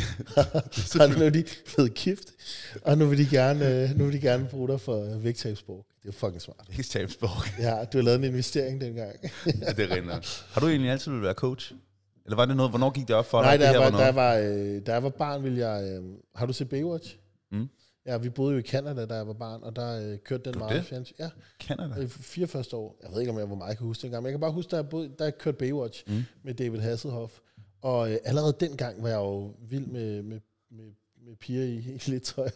S2: Og nu er de blevet gift, og nu vil de gerne, nu vil de gerne bruge dig for vægttabsborg. Det er fucking smart. Vægttabsborg.
S1: Ja, du har lavet en investering dengang.
S2: Ja, det er rent. Har du egentlig altid ville være coach? Eller var det noget, hvornår gik det op for
S1: dig? Nej,
S2: da
S1: jeg var, var, var, øh, da jeg var barn, ville jeg... Øh, har du set Baywatch? Mm. Ja, vi boede jo i Canada, da jeg var barn, og der øh, kørte den meget fjernsyn. Ja,
S2: Canada?
S1: I fire første år. Jeg ved ikke, om jeg hvor meget jeg kan huske dengang, men jeg kan bare huske, da jeg, boede, da jeg kørte Baywatch mm. med David Hasselhoff. Og øh, allerede dengang var jeg jo vild med, med, med, med piger i, i lidt tøj.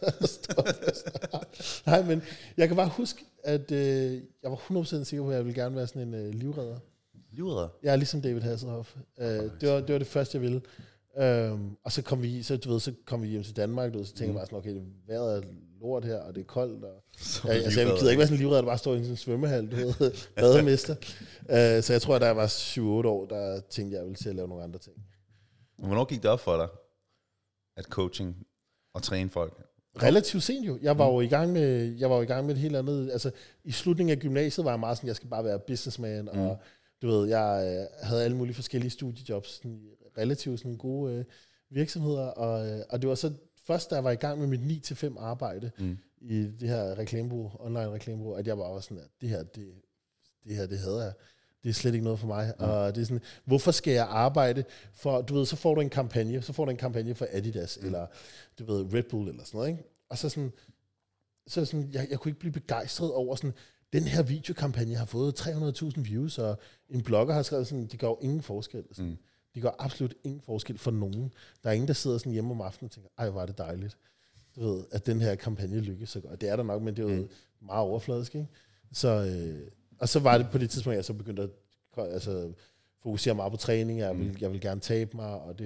S1: Nej, men jeg kan bare huske, at øh, jeg var hundrede procent sikker på, at jeg ville gerne være sådan en øh, livredder.
S2: Livredder?
S1: Ja, ligesom David Hasselhoff. Uh, det, var, det var det første, jeg ville. Um, og så kom vi, så, du ved, så kom vi hjem til Danmark, du ved, så tænkte mm. jeg bare sådan, okay, vejret er lort her, og det er koldt. Og, ja, altså, jeg gider ikke være sådan en livredder, der bare står i en sådan svømmehal, du ved, bademester. uh, så jeg tror, da jeg var syv otte år, der tænkte jeg, jeg ville til at lave nogle andre ting.
S2: Hvornår gik det op for dig, at coaching og træne folk?
S1: Relativt sent jo. Jeg var jo i gang med, jeg var jo i gang med et helt andet, altså i slutningen af gymnasiet var jeg meget sådan, jeg skal bare være businessman, mm. og du ved, jeg øh, havde alle mulige forskellige studiejobs, sådan, relativt sådan gode øh, virksomheder, og, øh, og det var så først, da jeg var i gang med mit ni til fem arbejde mm. i det her reklamebureau, online reklamebureau, at jeg var også sådan, at det her, det, det her, det hader jeg. Det er slet ikke noget for mig. Mm. Og det er sådan, hvorfor skal jeg arbejde for, du ved, så får du en kampagne, så får du en kampagne for Adidas, mm. eller du ved, Red Bull, eller sådan noget, ikke? Og så sådan, så sådan jeg, jeg kunne ikke blive begejstret over sådan, den her videokampagne har fået tre hundrede tusind views, og en blogger har skrevet sådan, det gør jo ingen forskel. Sådan. Mm. Det gør absolut ingen forskel for nogen. Der er ingen, der sidder sådan hjemme om aftenen og tænker, ej, hvor er det dejligt, du ved, at den her kampagne lykkes så godt. Det er der nok, men det er jo mm. meget overfladisk, ikke? Så, øh, og så var det på det tidspunkt, jeg så begyndte at altså, fokusere meget på træning. Jeg vil, mm. jeg vil gerne tabe mig, og det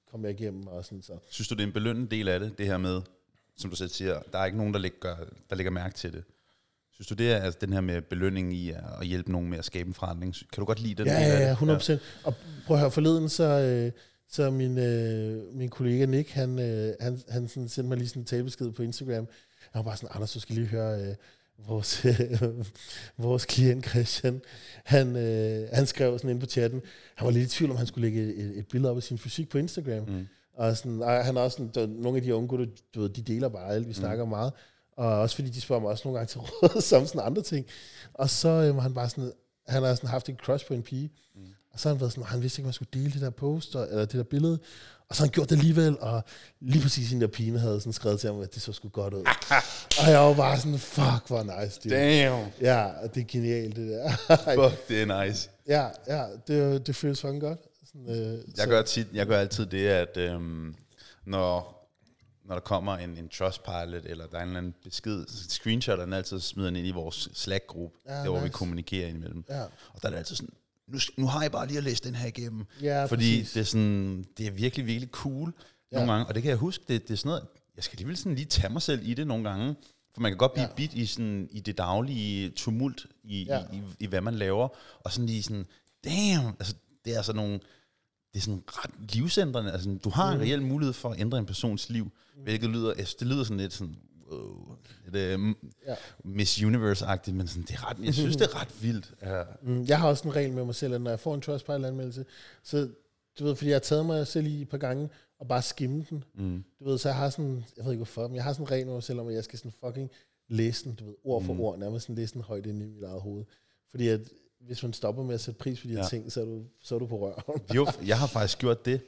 S1: kom jeg igennem og sådan så.
S2: Synes du, det er en belønnende del af det, det her med, som du selv siger, der er ikke nogen, der lægger, der lægger mærke til det? Synes du, det er altså, den her med belønning i at hjælpe nogen med at skabe en forandring? Kan du godt lide den
S1: ja,
S2: del af det?
S1: Ja, hundrede procent. Ja. Og prøv at høre, forleden, så, øh, så min, øh, min kollega Nick, han, øh, han, han sådan, sendte mig lige sådan en talebesked på Instagram. Han var bare sådan, Anders, du skal lige høre øh, vores, øh, vores klient Christian. Han, øh, han skrev sådan ind på chatten, han var lidt i tvivl, om han skulle lægge et, et billede op af sin fysik på Instagram. Mm. Og, sådan, og han er også sådan, der, nogle af de unge gutter, du ved, de deler bare alt, vi snakker mm. meget. Og også fordi de spørger mig også nogle gange til råd, som sådan andre ting. Og så øh, var han bare sådan, han har sådan haft en crush på en pige. Mm. Og så har han været sådan, han vidste ikke, man skulle dele det der post, eller det der billede. Og så har han gjort det alligevel, og lige præcis den der pige havde sådan skrevet til ham, at det så sgu godt ud. Og jeg var bare sådan, fuck, hvor nice. Det.
S2: Damn.
S1: Ja, det er genialt, det der.
S2: Fuck, det er nice.
S1: Ja, ja, det, det føles fucking godt. Sådan, øh,
S2: jeg, gør tit, jeg gør altid det, at øhm, når... når der kommer en, en Trustpilot, eller der er en eller anden besked, screenshotter den altid smider den ind i vores Slack-gruppe, ja, der hvor nice. Vi kommunikerer indimellem. Ja. Og der er det altid sådan, nu, nu har jeg bare lige at læse den her igennem. Ja, fordi præcis. det er sådan, det er virkelig, virkelig cool ja. nogle gange. Og det kan jeg huske, det, det er sådan noget, jeg skal alligevel sådan lige tage mig selv i det nogle gange. For man kan godt blive ja. bit i, sådan, i det daglige tumult, i, ja. i, i, i hvad man laver. Og sådan lige sådan, damn, altså det er sådan nogle... Det er sådan ret livsændrende. Altså, du har en mm. reel mulighed for at ændre en persons liv, mm. hvilket lyder, altså, det lyder sådan lidt sådan, wow, lidt, uh, ja. Miss Universe-agtigt, men sådan, det er ret, jeg synes, det er ret vildt. Ja.
S1: Mm, jeg har også en regel med mig selv, at når jeg får en Trustpilot-anmeldelse, så, du ved, fordi jeg har taget mig selv i et par gange, og bare skimme den. Mm. Du ved, så jeg har sådan, jeg ved ikke hvorfor, men jeg har sådan en regel med mig selv, om at jeg skal sådan fucking læse den, du ved, ord for mm. ord, nærmest sådan læse den højt ind i mit eget hoved. Fordi at, hvis man stopper med at sætte pris på de her ja. ting, så er, du, så er du på rør.
S2: Jo, jeg har faktisk gjort det,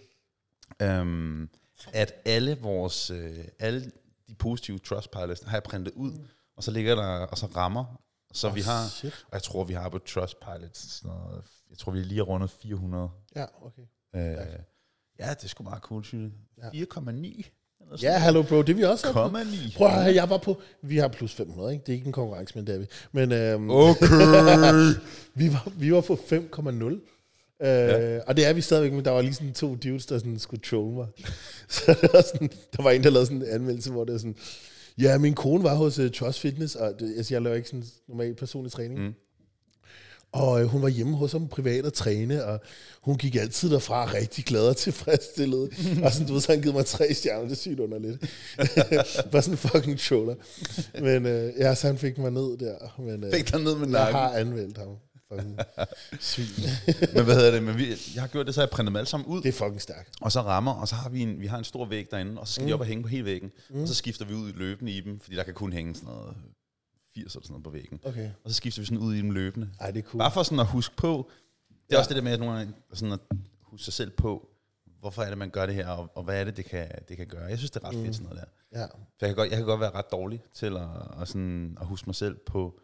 S2: øhm, at alle vores, øh, alle de positive Trustpilots har jeg printet ud, mm. og så ligger der, og så rammer. Så oh, vi har, shit. Og jeg tror, vi har på Trustpilot sådan noget, jeg tror, vi er lige rundet fire hundrede.
S1: Ja, okay.
S2: Øh, ja, det er sgu meget cool, synes jeg. fire komma ni.
S1: Ja, hallo bro, det er vi også
S2: på.
S1: Prøv at høre, jeg var på, vi har plus fem hundrede, ikke? Det er ikke en konkurrence, men det er vi. Men, øhm,
S2: okay.
S1: vi, var, vi var på fem komma nul. Øh, ja. Og det er vi stadigvæk, men der var lige sådan to dudes, der sådan skulle trolle mig. Så det var sådan, der var en, der lavede sådan en anmeldelse, hvor det var sådan, ja, min kone var hos uh, Trust Fitness, og det, altså, jeg laver ikke sådan normal personlig træning. Mm. Og øh, hun var hjemme hos ham privat og træne, og hun gik altid derfra rigtig glad og tilfredsstillet. Og sådan, du ved, så han givet mig tre stjerner, det er sygt underligt. Bare sådan en fucking troller. Men øh, ja, så han fik mig ned der. Men, øh,
S2: fik dig ned med nakken?
S1: Jeg har anvendt ham. Fucking svin.
S2: Men hvad hedder det? Men vi, jeg har gjort det, så jeg printet dem alle sammen ud.
S1: Det er fucking stærkt.
S2: Og så rammer, og så har vi en, vi har en stor væg derinde, og så skal mm. de op og hænge på hele væggen. Mm. Og så skifter vi ud løbende i dem, fordi der kan kun hænge sådan noget firs eller sådan noget på væggen. Okay. Og så skifter vi sådan ud i dem løbende.
S1: Ej, det er cool.
S2: Bare for sådan at huske på, det er ja. også det der med, at nogle gange sådan at huske sig selv på, hvorfor er det, man gør det her, og, og hvad er det, det kan, det kan gøre. Jeg synes, det er ret mm. fedt sådan noget der. Ja. For jeg kan, godt, jeg kan godt være ret dårlig til at, at, sådan, at huske mig selv på,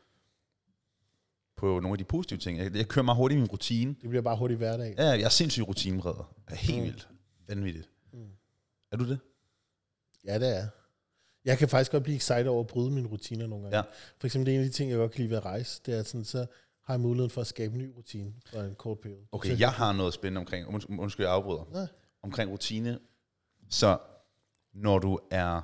S2: på nogle af de positive ting. Jeg, jeg kører meget hurtigt i min rutine.
S1: Det bliver bare hurtigt hverdag.
S2: Ja, jeg er sindssygt rutineredder. Jeg er helt mm. vildt. Vanvittigt. Mm. Er du det?
S1: Ja, det er. Jeg kan faktisk godt blive excited over at bryde mine rutiner nogle gange. Ja. For eksempel, det er en af de ting, jeg godt kan lide ved at rejse, det er sådan, så har jeg muligheden for at skabe en ny rutine for en kort periode.
S2: Okay, så jeg har noget spændende omkring, undskyld, jeg afbryder, ja. omkring rutine. Så når du er,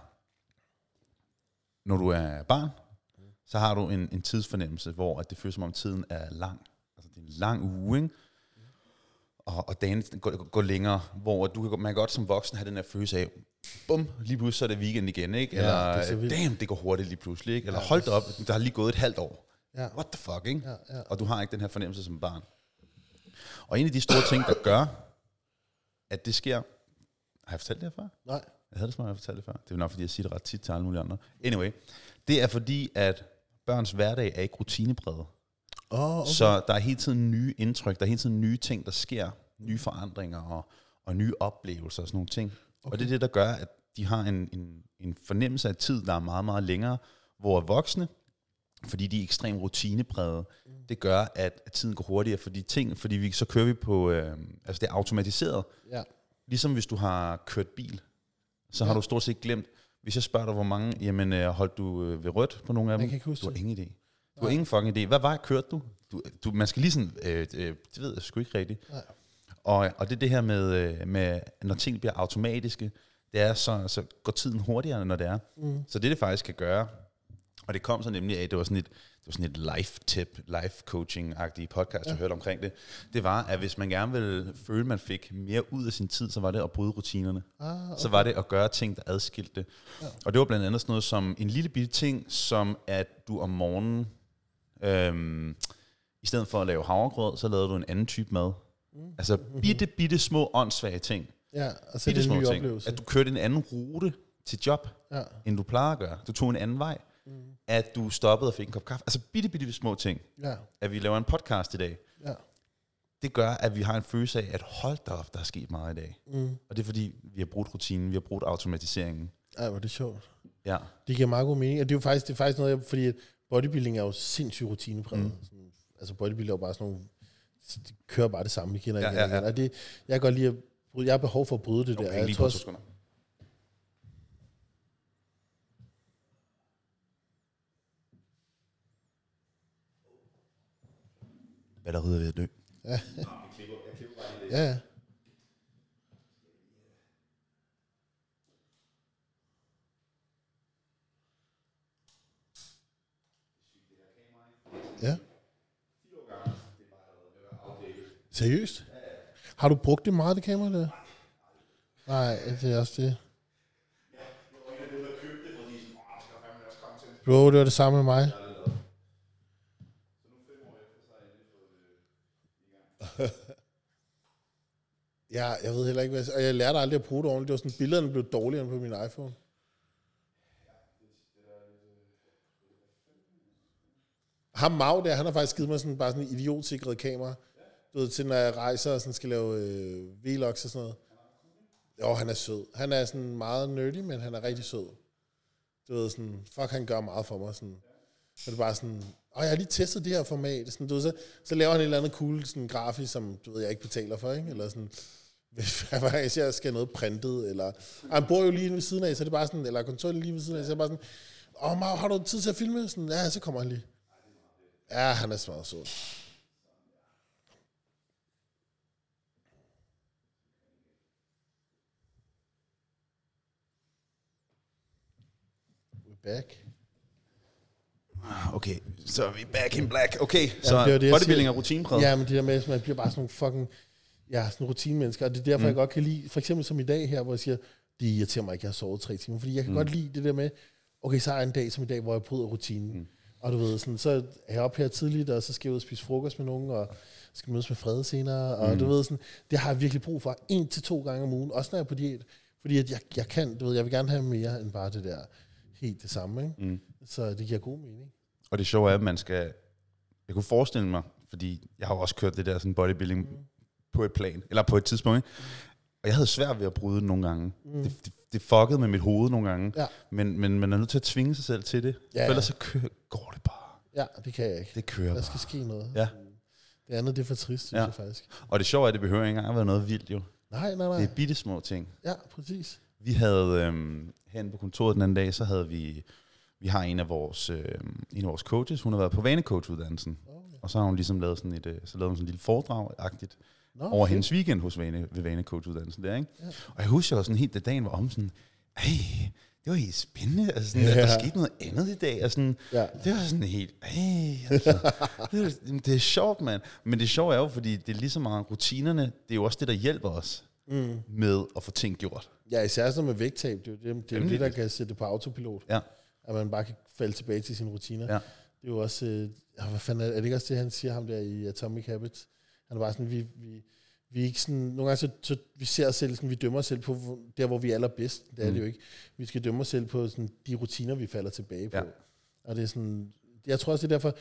S2: når du er barn, mm. så har du en, en tidsfornemmelse, hvor at det føles som om tiden er lang. Altså det er en lang uge, ikke? Mm. Og, og dagen går, går længere, hvor du kan, man kan godt som voksen have den her følelse af, bum, lige pludselig så er det weekend igen, ikke? Eller, ja, det damn, det går hurtigt lige pludselig, ikke? Eller ja, hold op, der har lige gået et halvt år. Ja. What the fuck, ikke? Ja, ja. Og du har ikke den her fornemmelse som barn. Og en af de store ting, der gør, at det sker... Har jeg fortalt det her før?
S1: Nej.
S2: Jeg havde det som jeg fortalt det før. Det er nok, fordi jeg siger det ret tit til alle mulige andre. Anyway, det er fordi, at børns hverdag er ikke rutinepræget. Oh, okay. Så der er hele tiden nye indtryk, der er hele tiden nye ting, der sker, nye forandringer og, og nye oplevelser og sådan nogle ting. Okay. Og det er det, der gør, at de har en, en, en fornemmelse af tid, der er meget, meget længere, hvor voksne, fordi de er ekstremt rutinepræget, mm. det gør, at, at tiden går hurtigere for de ting, fordi vi, så kører vi på, øh, altså det er automatiseret. Ja. Ligesom hvis du har kørt bil, så ja. har du stort set glemt, hvis jeg spørger dig, hvor mange, jamen holdt du ved rødt på nogle af dem?
S1: Jeg kan ikke huske
S2: du har ingen idé. Du Nej. har ingen fucking idé. Hvad vej kørte du? du, du man skal lige sådan, øh, øh, det ved jeg sgu ikke rigtigt. Nej. Og, og det er det her med, med, når ting bliver automatiske, det er så, så går tiden hurtigere, når det er. Mm. Så det, det faktisk kan gøre, og det kom så nemlig af, det var sådan et, det var sådan et life-tip, life-coaching-agtig podcast, ja. Jeg hørte omkring det. Det var, at hvis man gerne ville føle, at man fik mere ud af sin tid, så var det at bryde rutinerne. Ah, okay. Så var det at gøre ting, der adskilte det. Ja. Og det var blandt andet sådan noget som en lille bitte ting, som at du om morgenen, øhm, i stedet for at lave havregrød, så lavede du en anden type mad. Mm. Altså bitte, bitte små åndssvage ting.
S1: Ja, altså bitte små ting. Oplevelse.
S2: At du kørte en anden rute til job, ja. End du plejer at gøre. Du tog en anden vej. Mm. At du stoppede og fik en kop kaffe. Altså bitte, bitte små ting. Ja. At vi laver en podcast i dag. Ja. Det gør, at vi har en følelse af, at hold da op, der er sket meget i dag. Mm. Og det er fordi, vi har brugt rutinen, vi har brugt automatiseringen.
S1: Ej, hvor er det sjovt.
S2: Ja.
S1: Det giver meget god mening. Og det er jo faktisk, det er faktisk noget, jeg, fordi bodybuilding er jo sindssygt rutinepræget. Mm. Altså bodybuilding er jo bare sådan nogle, de kører bare det samme, vi kender ja, igen. Ja, ja. Og det, jeg kan godt lide at bryde, jeg har behov for at bryde det okay, der. Jeg tror også,
S2: batteriet er ved at dø.
S1: Ja. Ja, ja. Ja. Seriøst? Har du brugt det meget, det kamera der? Nej, det er også det. Bro, det var det samme med mig. Ja, jeg ved heller ikke, hvad jeg, og jeg lærte aldrig at bruge det ordentligt. Det var sådan, billederne blev dårligere på min iPhone. Ham Mau der, han har faktisk givet mig sådan, bare sådan en idiotsikret kamera. Du ved, til når jeg rejser og sådan skal lave øh, vlogs og sådan noget. Jo, han er sød. Han er sådan meget nerdy, men han er rigtig sød. Du ved, sådan, fuck, han gør meget for mig. Sådan. Så det er bare sådan, åh, jeg har lige testet det her format. Sådan, du ved, så, så laver han et eller andet cool sådan, grafisk, som du ved, jeg ikke betaler for, ikke? Eller sådan, hvis jeg skal have noget printet, eller... Og han bor jo lige ved siden af, så det er bare sådan, eller kontoret lige ved siden af, så er det bare sådan, åh, Mau, har du tid til at filme? Sådan, ja, så kommer han lige. Ja, han er meget sød. We're back.
S2: Okay, så er vi back in black. Okay, ja, så det det, bodybuilding er rutinepræget.
S1: Ja, men det der med, at man bliver bare sådan nogle fucking, ja, sådan rutinemennesker, og det er derfor, mm. jeg godt kan lide, for eksempel som i dag her, hvor jeg siger, det irriterer mig ikke, at jeg har sovet tre timer, fordi jeg kan mm. godt lide det der med, okay, så er en dag som i dag, hvor jeg bryder rutinen, mm. og du ved, sådan, så er jeg op her tidligt, og så skal jeg ud og spise frokost med nogen, og skal mødes med Frede senere, og mm. du ved, sådan, det har jeg virkelig brug for, en til to gange om ugen, også når jeg er på diæt, fordi at jeg, jeg kan, du ved, jeg vil gerne have mere, end bare det der, helt det samme, ikke? Mm. Så det giver god mening.
S2: Og det sjove er, at man skal... Jeg kunne forestille mig, fordi jeg har jo også kørt det der sådan bodybuilding mm. på et plan, eller på et tidspunkt, ikke? Og jeg havde svært ved at bryde det nogle gange. Mm. Det, det, det fuckede med mit hoved nogle gange. Ja. Men, men man er nødt til at tvinge sig selv til det. Ja, for ellers så kører, går det bare.
S1: Ja, det kan jeg ikke.
S2: Det kører bare.
S1: Der skal ske noget.
S2: Ja.
S1: Det andet, det er for trist, synes
S2: ja.
S1: jeg faktisk.
S2: Og det sjove er, at det behøver ikke engang at være noget vildt, jo.
S1: Nej, nej, nej.
S2: Det er bitte små ting.
S1: Ja, præcis.
S2: Vi havde øhm, herinde på kontoret den anden dag, så havde vi... Vi har en af vores, øh, en af vores coaches, hun har været på vanecoach-uddannelsen. Okay. Og så har hun ligesom lavet sådan et, så lavede hun sådan en lille foredrag-agtigt Nå, over fedt. hendes weekend hos Vane, ved vanecoach-uddannelsen der, ikke? Ja. Og jeg husker også sådan helt, da dagen var om sådan, hey, det var helt spændende, altså sådan, ja. at der skete noget andet i dag, og sådan, ja. det var sådan helt, hey, altså, det, er, det er sjovt, mand. Men det sjove er jo, fordi det er lige så meget rutinerne, det er jo også det, der hjælper os mm. med at få ting gjort.
S1: Ja, især sådan med vægttab, det er jo det, det, er det der kan sætte det på autopilot.
S2: Ja.
S1: At man bare kan falde tilbage til sine rutiner.
S2: Ja.
S1: Det er jo også, øh, hvad fanden er, er det ikke også det, han siger ham der i Atomic Habits? Han er bare sådan, vi, vi, vi er ikke sådan, nogle gange så, så vi ser os selv, sådan, vi dømmer os selv på der, hvor vi er allerbedst. Det er mm. det jo ikke. Vi skal dømme os selv på sådan, de rutiner, vi falder tilbage på. Ja. Og det er sådan, jeg tror også, det er derfor,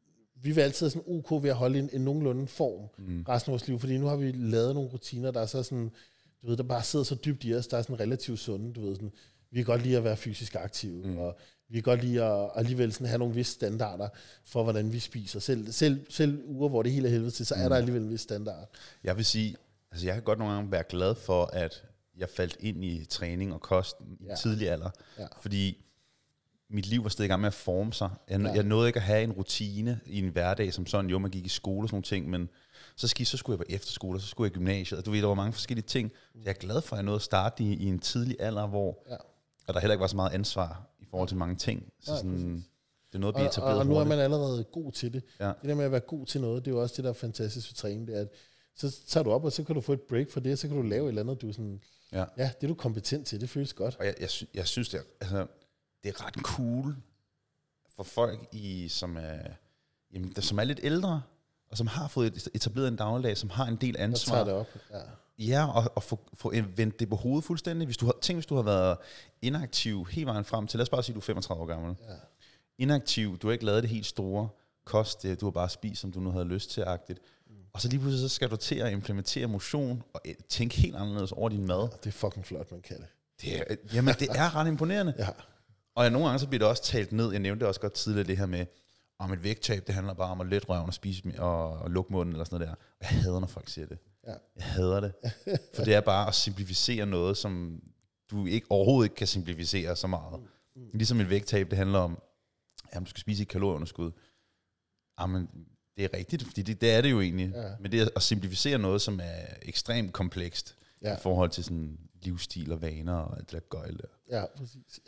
S1: vi vil altid have sådan ok ved at holde en, en nogenlunde form mm. resten af vores liv, fordi nu har vi lavet nogle rutiner, der er så sådan, du ved, der bare sidder så dybt i os, der er sådan relativt sunde, du ved, sådan, vi kan godt lide at være fysisk aktive, mm. og vi kan godt lide at alligevel sådan have nogle visse standarder for, hvordan vi spiser. Selv, selv, selv uger, hvor det hele er helvede til, så er der alligevel en vis standard.
S2: Jeg vil sige, altså jeg kan godt nogle gange være glad for, at jeg faldt ind i træning og kost i ja. tidlig alder. Ja. Fordi mit liv var stadig i gang med at forme sig. Jeg,
S1: Ja.
S2: jeg nåede ikke at have en rutine i en hverdag som sådan. Jo, man gik i skole og sådan nogle ting, men så, skete, så skulle jeg på efterskole, og så skulle jeg i gymnasiet. Og du ved, der var mange forskellige ting. Så jeg er glad for, at jeg nåede at starte i, i en tidlig alder, hvor
S1: Ja.
S2: og der heller ikke var så meget ansvar i forhold til mange ting. Så
S1: Nej,
S2: sådan,
S1: præcis.
S2: det er noget, der bliver
S1: Og,
S2: etableret
S1: og nu er
S2: hurtigt.
S1: man allerede god til det.
S2: Ja.
S1: Det der med at være god til noget, det er jo også det, der er fantastisk ved træning, det er, at så tager du op, og så kan du få et break for det, og så kan du lave et eller andet, du er sådan,
S2: Ja.
S1: ja, det er du kompetent til, det føles godt.
S2: Og jeg, jeg, sy- jeg synes, det er, altså, det er ret cool for folk, i, som, er, jamen, der, som er lidt ældre, og som har fået etableret en dagligdag, som har en del
S1: Og
S2: ansvar.
S1: tager det op. Ja.
S2: Ja, og, og få, få vendt det på hovedet fuldstændig. Hvis du har, tænk, hvis du har været inaktiv hele vejen frem til, lad os bare sige, du er femogtredive år gammel.
S1: Ja.
S2: Inaktiv, du har ikke lavet det helt store kost, det, du har bare spist, som du nu havde lyst til, agtigt. Mm. Og så lige pludselig så skal du til at implementere motion, og øh, tænke helt anderledes over din mad.
S1: Det er fucking flot, man kan det.
S2: Det er, jamen, det er ret imponerende.
S1: Ja.
S2: Og jeg, nogle gange så bliver det også talt ned. Jeg nævnte det også godt tidligere, det her med, om et vægttab, det handler bare om at lette røven og spise med, og, og lukke munden eller sådan noget der. Og jeg hader, når folk siger det.
S1: Ja.
S2: Jeg hader det. For det er bare at simplificere noget, som du ikke, overhovedet ikke kan simplificere så meget. Mm. Mm. Ligesom et vægttab, det handler om, at du skal spise et kalorieunderskud. Jamen, det er rigtigt, fordi det, det er det jo egentlig.
S1: Ja.
S2: Men det er at simplificere noget, som er ekstremt komplekst
S1: Ja.
S2: i forhold til sådan livsstil og vaner og alt det der gøjl der.
S1: Ja, præcis.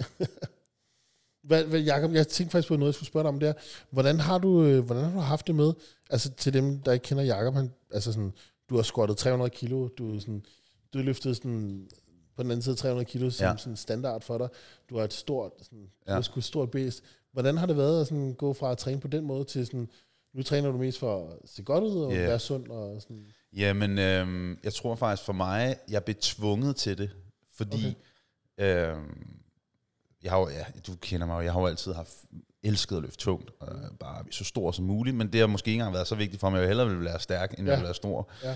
S1: hvad, hvad, Jacob, jeg tænkte faktisk på noget, jeg skulle spørge dig om der. Hvordan har du, øh, hvordan har du haft det med, altså til dem, der ikke kender Jacob, han, altså sådan, du har squattet tre hundrede kilo, du, er sådan, du har løftet sådan, på den anden side tre hundrede kilo som
S2: Ja.
S1: sådan standard for dig. Du har et stort, sådan, du
S2: Ja.
S1: har sgu et stort bæst. Hvordan har det været at sådan, gå fra at træne på den måde til sådan, nu træner du mest for at se godt ud og
S2: Yeah.
S1: være sund og sådan.
S2: Jamen, øhm, jeg tror faktisk for mig, jeg blev tvunget til det, fordi okay. øhm, jeg har jo, ja, du kender mig jo, jeg har jo altid haft elsket at løfte tungt, og bare så stor som muligt, men det har måske ikke engang været så vigtigt for mig, jeg hellere vil være stærk, end
S1: Ja.
S2: jeg vil være stor.
S1: Ja.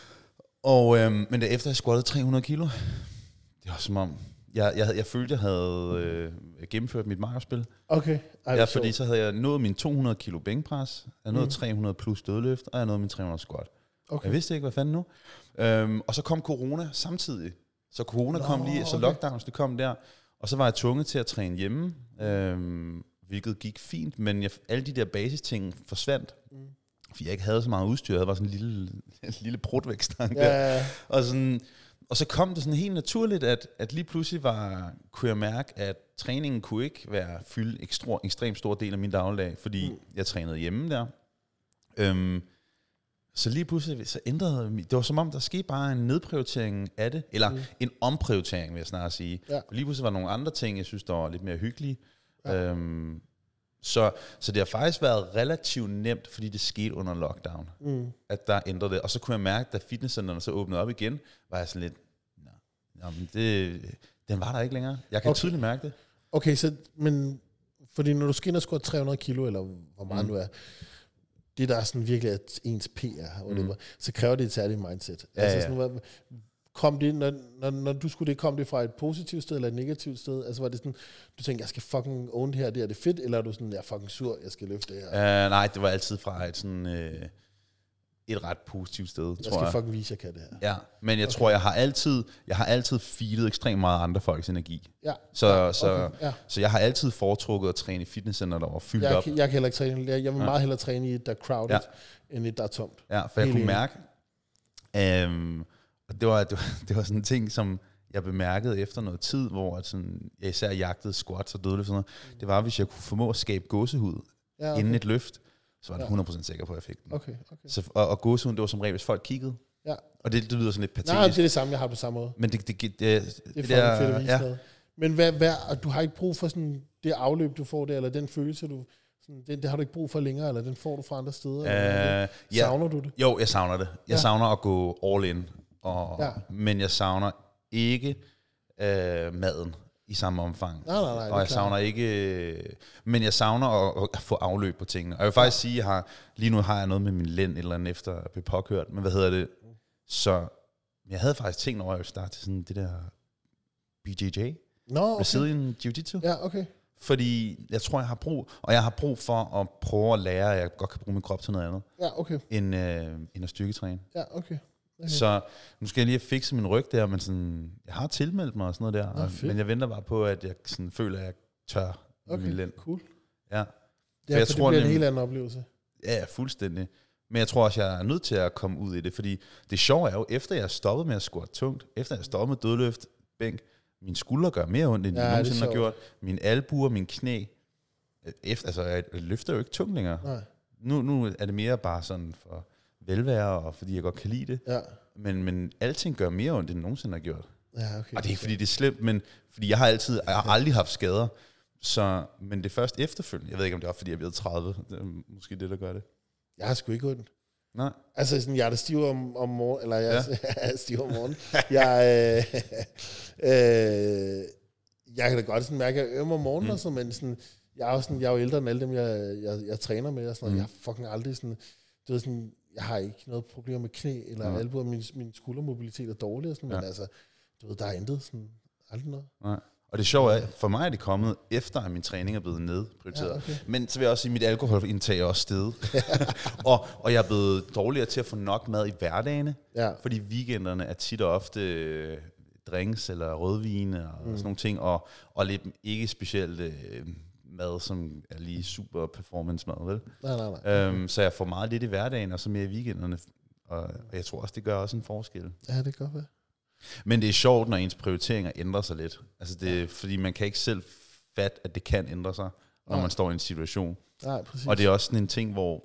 S2: Og, øhm, men da efter jeg squattede tre hundrede kilo, det var som om, jeg, jeg, jeg følte, jeg havde øh, gennemført mit Mario-spil.
S1: Okay. Ej,
S2: Ja,
S1: så-
S2: fordi så havde jeg nået min to hundrede kilo bænkpres, jeg nåede
S1: Mm.
S2: tre hundrede plus dødløft, og jeg nåede min tre hundrede squat.
S1: okay.
S2: Jeg vidste ikke, hvad fanden nu. Øhm, og så kom corona samtidig. Så corona
S1: Nå,
S2: kom lige, så
S1: okay.
S2: lockdowns, det kom der. Og så var jeg tvunget til at træne hjemme, øhm, hvilket gik fint, men jeg, alle de der basisting forsvandt.
S1: Mm.
S2: Fordi jeg ikke havde så meget udstyr. Jeg havde bare sådan en lille, en lille brudvækstang
S1: Ja,
S2: der.
S1: ja, ja.
S2: Og, sådan, og så kom det sådan helt naturligt, at, at lige pludselig var, kunne jeg mærke, at træningen kunne ikke være fyldt ekstremt ekstrem stor del af min dagligdag, fordi
S1: Mm.
S2: jeg trænede hjemme der. Øhm, så lige pludselig så ændrede det var som om, der skete bare en nedprioritering af det, eller
S1: Mm.
S2: mm. en omprioritering, vil jeg snart sige.
S1: Ja.
S2: Lige pludselig var der nogle andre ting, jeg synes, der var lidt mere hyggelige.
S1: Ja.
S2: Ja. Øhm, så, så det har faktisk været relativt nemt, fordi det skete under lockdown,
S1: Mm.
S2: at der ændrede det. Og så kunne jeg mærke, da fitnesscenterne så åbnede op igen, var jeg sådan lidt, nå, nå men det, den var der ikke længere. Jeg kan
S1: Okay.
S2: okay. tydeligt mærke det.
S1: Okay, så, men fordi når du skal ind og score tre hundrede kilo, eller hvor meget
S2: Mm.
S1: mm. nu er, det der er sådan virkelig at ens P R, og
S2: Mm.
S1: mm. så kræver det et særligt mindset.
S2: Ja,
S1: altså
S2: ja.
S1: sådan, hvad, kom det, når, når, når du skulle det, kom det fra et positivt sted eller et negativt sted? Altså var det sådan, du tænkte, jeg skal fucking own det her, det er det fedt, eller er du sådan, jeg er fucking sur, jeg skal løfte det her.
S2: Uh, nej, det var altid fra et sådan øh, et ret positivt sted,
S1: jeg
S2: tror
S1: skal
S2: jeg.
S1: fucking vise, jeg kan det her.
S2: Ja, men jeg
S1: Okay.
S2: okay. tror, jeg har altid, jeg har altid feedet ekstremt meget andre folks energi.
S1: Ja,
S2: Så,
S1: ja,
S2: så,
S1: okay, ja.
S2: så jeg har altid foretrukket at træne i fitnesscenter, der var fyldt
S1: Jeg,
S2: op.
S1: kan- jeg kan heller ikke træne, jeg, jeg vil
S2: Ja.
S1: meget hellere træne i et, der er crowded, ja. end et, der er tomt.
S2: Ja, for jeg
S1: Helt
S2: kunne
S1: enig.
S2: mærke, øhm, og det var, det, var, det var sådan en ting, som jeg bemærkede efter noget tid, hvor at sådan, jeg især jagtede squats og dødløft og sådan noget. Det var, hvis jeg kunne formå at skabe gåsehud
S1: Ja,
S2: okay. inden et løft, så var jeg
S1: Ja.
S2: hundrede procent sikker på, at jeg fik den.
S1: Okay, okay.
S2: Så, og, og gåsehuden, det var som regel, hvis folk kiggede.
S1: Ja.
S2: Og det, det lyder sådan lidt patetisk.
S1: Nej, det er det samme, jeg har på samme måde.
S2: Men det, det, det, det,
S1: Det er
S2: det
S1: fucking
S2: der,
S1: fedt at vise
S2: ja.
S1: noget. Men hvad, hvad, og du har ikke brug for sådan det afløb, du får der, eller den følelse, du, sådan, det, det har du ikke brug for længere, eller den får du fra andre steder? eller
S2: Øh,
S1: hvad?
S2: ja.
S1: Savner du det?
S2: Jo, jeg savner det. Jeg
S1: Ja.
S2: ja. savner at gå all in. Og,
S1: Ja.
S2: ja. Men jeg savner ikke øh, maden i samme omfang.
S1: Nej, nej, nej, det er
S2: og jeg
S1: klart.
S2: savner ikke... Men jeg savner at, at få afløb på tingene. Og jeg vil faktisk sige, at jeg har, lige nu har jeg noget med min lænd et eller andet efter at blive påkørt. Men hvad hedder det? Så jeg havde faktisk tænkt over, at jeg ville starte til sådan det der B J J.
S1: Nå, okay.
S2: Brazilian Jiu-Jitsu.
S1: Ja, okay.
S2: Fordi jeg tror, jeg har brug... Og jeg har brug for at prøve at lære, at jeg godt kan bruge min krop til noget andet,
S1: Ja, okay.
S2: end, øh, end at styrketræne.
S1: Ja, okay. okay.
S2: Så nu skal jeg lige have fikset min ryg der, men sådan, jeg har tilmeldt mig og sådan noget der,
S1: Nå,
S2: og,
S1: fedt.
S2: men jeg venter bare på, at jeg sådan føler, at jeg tør okay, min lænd.
S1: Cool.
S2: Ja.
S1: For ja, jeg for tror, det bliver en helt anden oplevelse.
S2: Ja, fuldstændig. Men jeg tror også, jeg er nødt til at komme ud i det, fordi det sjove er jo, efter jeg stoppede med at squat tungt, efter jeg stoppede med dødløft, bænk, mine skuldre gør mere ondt, end de ja, nogensinde har gjort. Mine albuer, mine knæ. Efter, altså, jeg løfter jo ikke tungt længere. Nej. Nu, nu er det mere bare sådan for velvære, og fordi jeg godt kan lide det. Ja. Men, men alting gør mere ondt, end det nogensinde har gjort.
S1: Ja, okay.
S2: Og det er ikke, fordi det er slemt, men fordi jeg har altid, jeg har aldrig haft skader. Så, men det er først efterfølgende. Jeg ved ikke, om det er, fordi jeg er blevet tredive. Det er måske det, der gør det. Jeg
S1: har sgu ikke ondt.
S2: Nej.
S1: Altså sådan, jeg er der stiv om, om morgenen, eller jeg ja. er stiv om morgenen. jeg, øh, øh, jeg kan da godt sådan mærke, at jeg øver om morgenen, mm. og sådan, men sådan, jeg er jo sådan, jeg er jo ældre end alle dem, jeg, jeg, jeg træner med, og sådan, mm. og jeg har fucking aldrig sådan, du ved sådan, jeg har ikke noget problem med knæ eller ja. albuer, min, min skuldermobilitet er dårlig, og sådan, ja. men altså, du ved, der er intet sådan, aldrig noget.
S2: Nej. Og det sjove er, for mig er det kommet efter, at min træning er blevet nedprioriteret. Ja, okay. Men så vil jeg også sige, at mit alkoholindtag er også steget. og, og jeg er blevet dårligere til at få nok mad i hverdagene. Ja. Fordi weekenderne er tit og ofte drinks eller rødvin og mm. sådan nogle ting. Og, og lidt ikke specielt øh, mad, som er lige super performance mad, vel?
S1: Nej, nej, nej.
S2: Øhm, så jeg får meget lidt i hverdagen, og så mere i weekenderne. Og, og jeg tror også, det gør også en forskel.
S1: Ja, det gør det.
S2: Men det er sjovt, når ens prioriteringer ændrer sig lidt. Altså det er, fordi man kan ikke selv fatte, at det kan ændre sig, når Nej. man står i en situation.
S1: Nej, præcis.
S2: Og det er også sådan en ting, hvor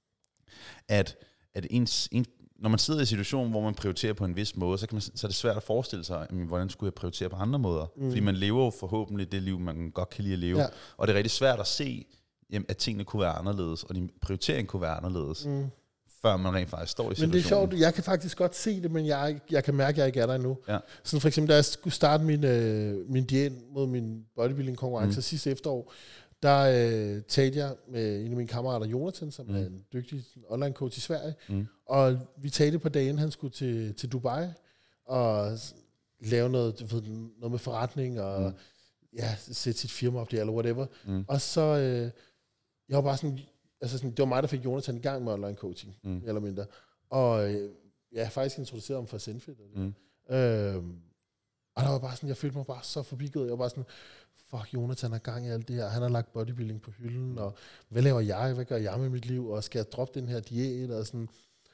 S2: at, at ens, en, når man sidder i en situation, hvor man prioriterer på en vis måde, så, kan man, så er det svært at forestille sig, jamen, hvordan skulle jeg prioritere på andre måder? Mm. Fordi man lever jo forhåbentlig det liv, man godt kan lide at leve. Ja. Og det er rigtig svært at se, jamen, at tingene kunne være anderledes, og din prioritering kunne være anderledes. Mm. Før man rent faktisk står i situationen.
S1: Men det er sjovt, jeg kan faktisk godt se det, men jeg, jeg kan mærke, at jeg ikke er der endnu. Ja. Sådan for eksempel, da jeg skulle starte min, øh, min diæt mod min bodybuilding-konkurrence mm. sidste efterår, der øh, talte jeg med en af mine kammerater, Jonathan, som mm. er en dygtig online-coach i Sverige, mm. og vi talte på dagen, han skulle til, til Dubai, og lave noget, du ved, noget med forretning, og mm. ja, sætte sit firma op der, eller whatever. Mm. Og så, øh, jeg var bare sådan... Altså sådan, det var mig, der fik Jonathan i gang med online coaching, mm. eller mindre. Og øh, jeg har faktisk introduceret ham for Zenfit. Mm. Øhm, og der var bare sådan, jeg følte mig bare så forbigået. Jeg var bare sådan, fuck, Jonathan har gang i alt det her. Han har lagt bodybuilding på hylden, og hvad laver jeg? Hvad gør jeg med mit liv? Og skal jeg droppe den her diæt? Og sådan.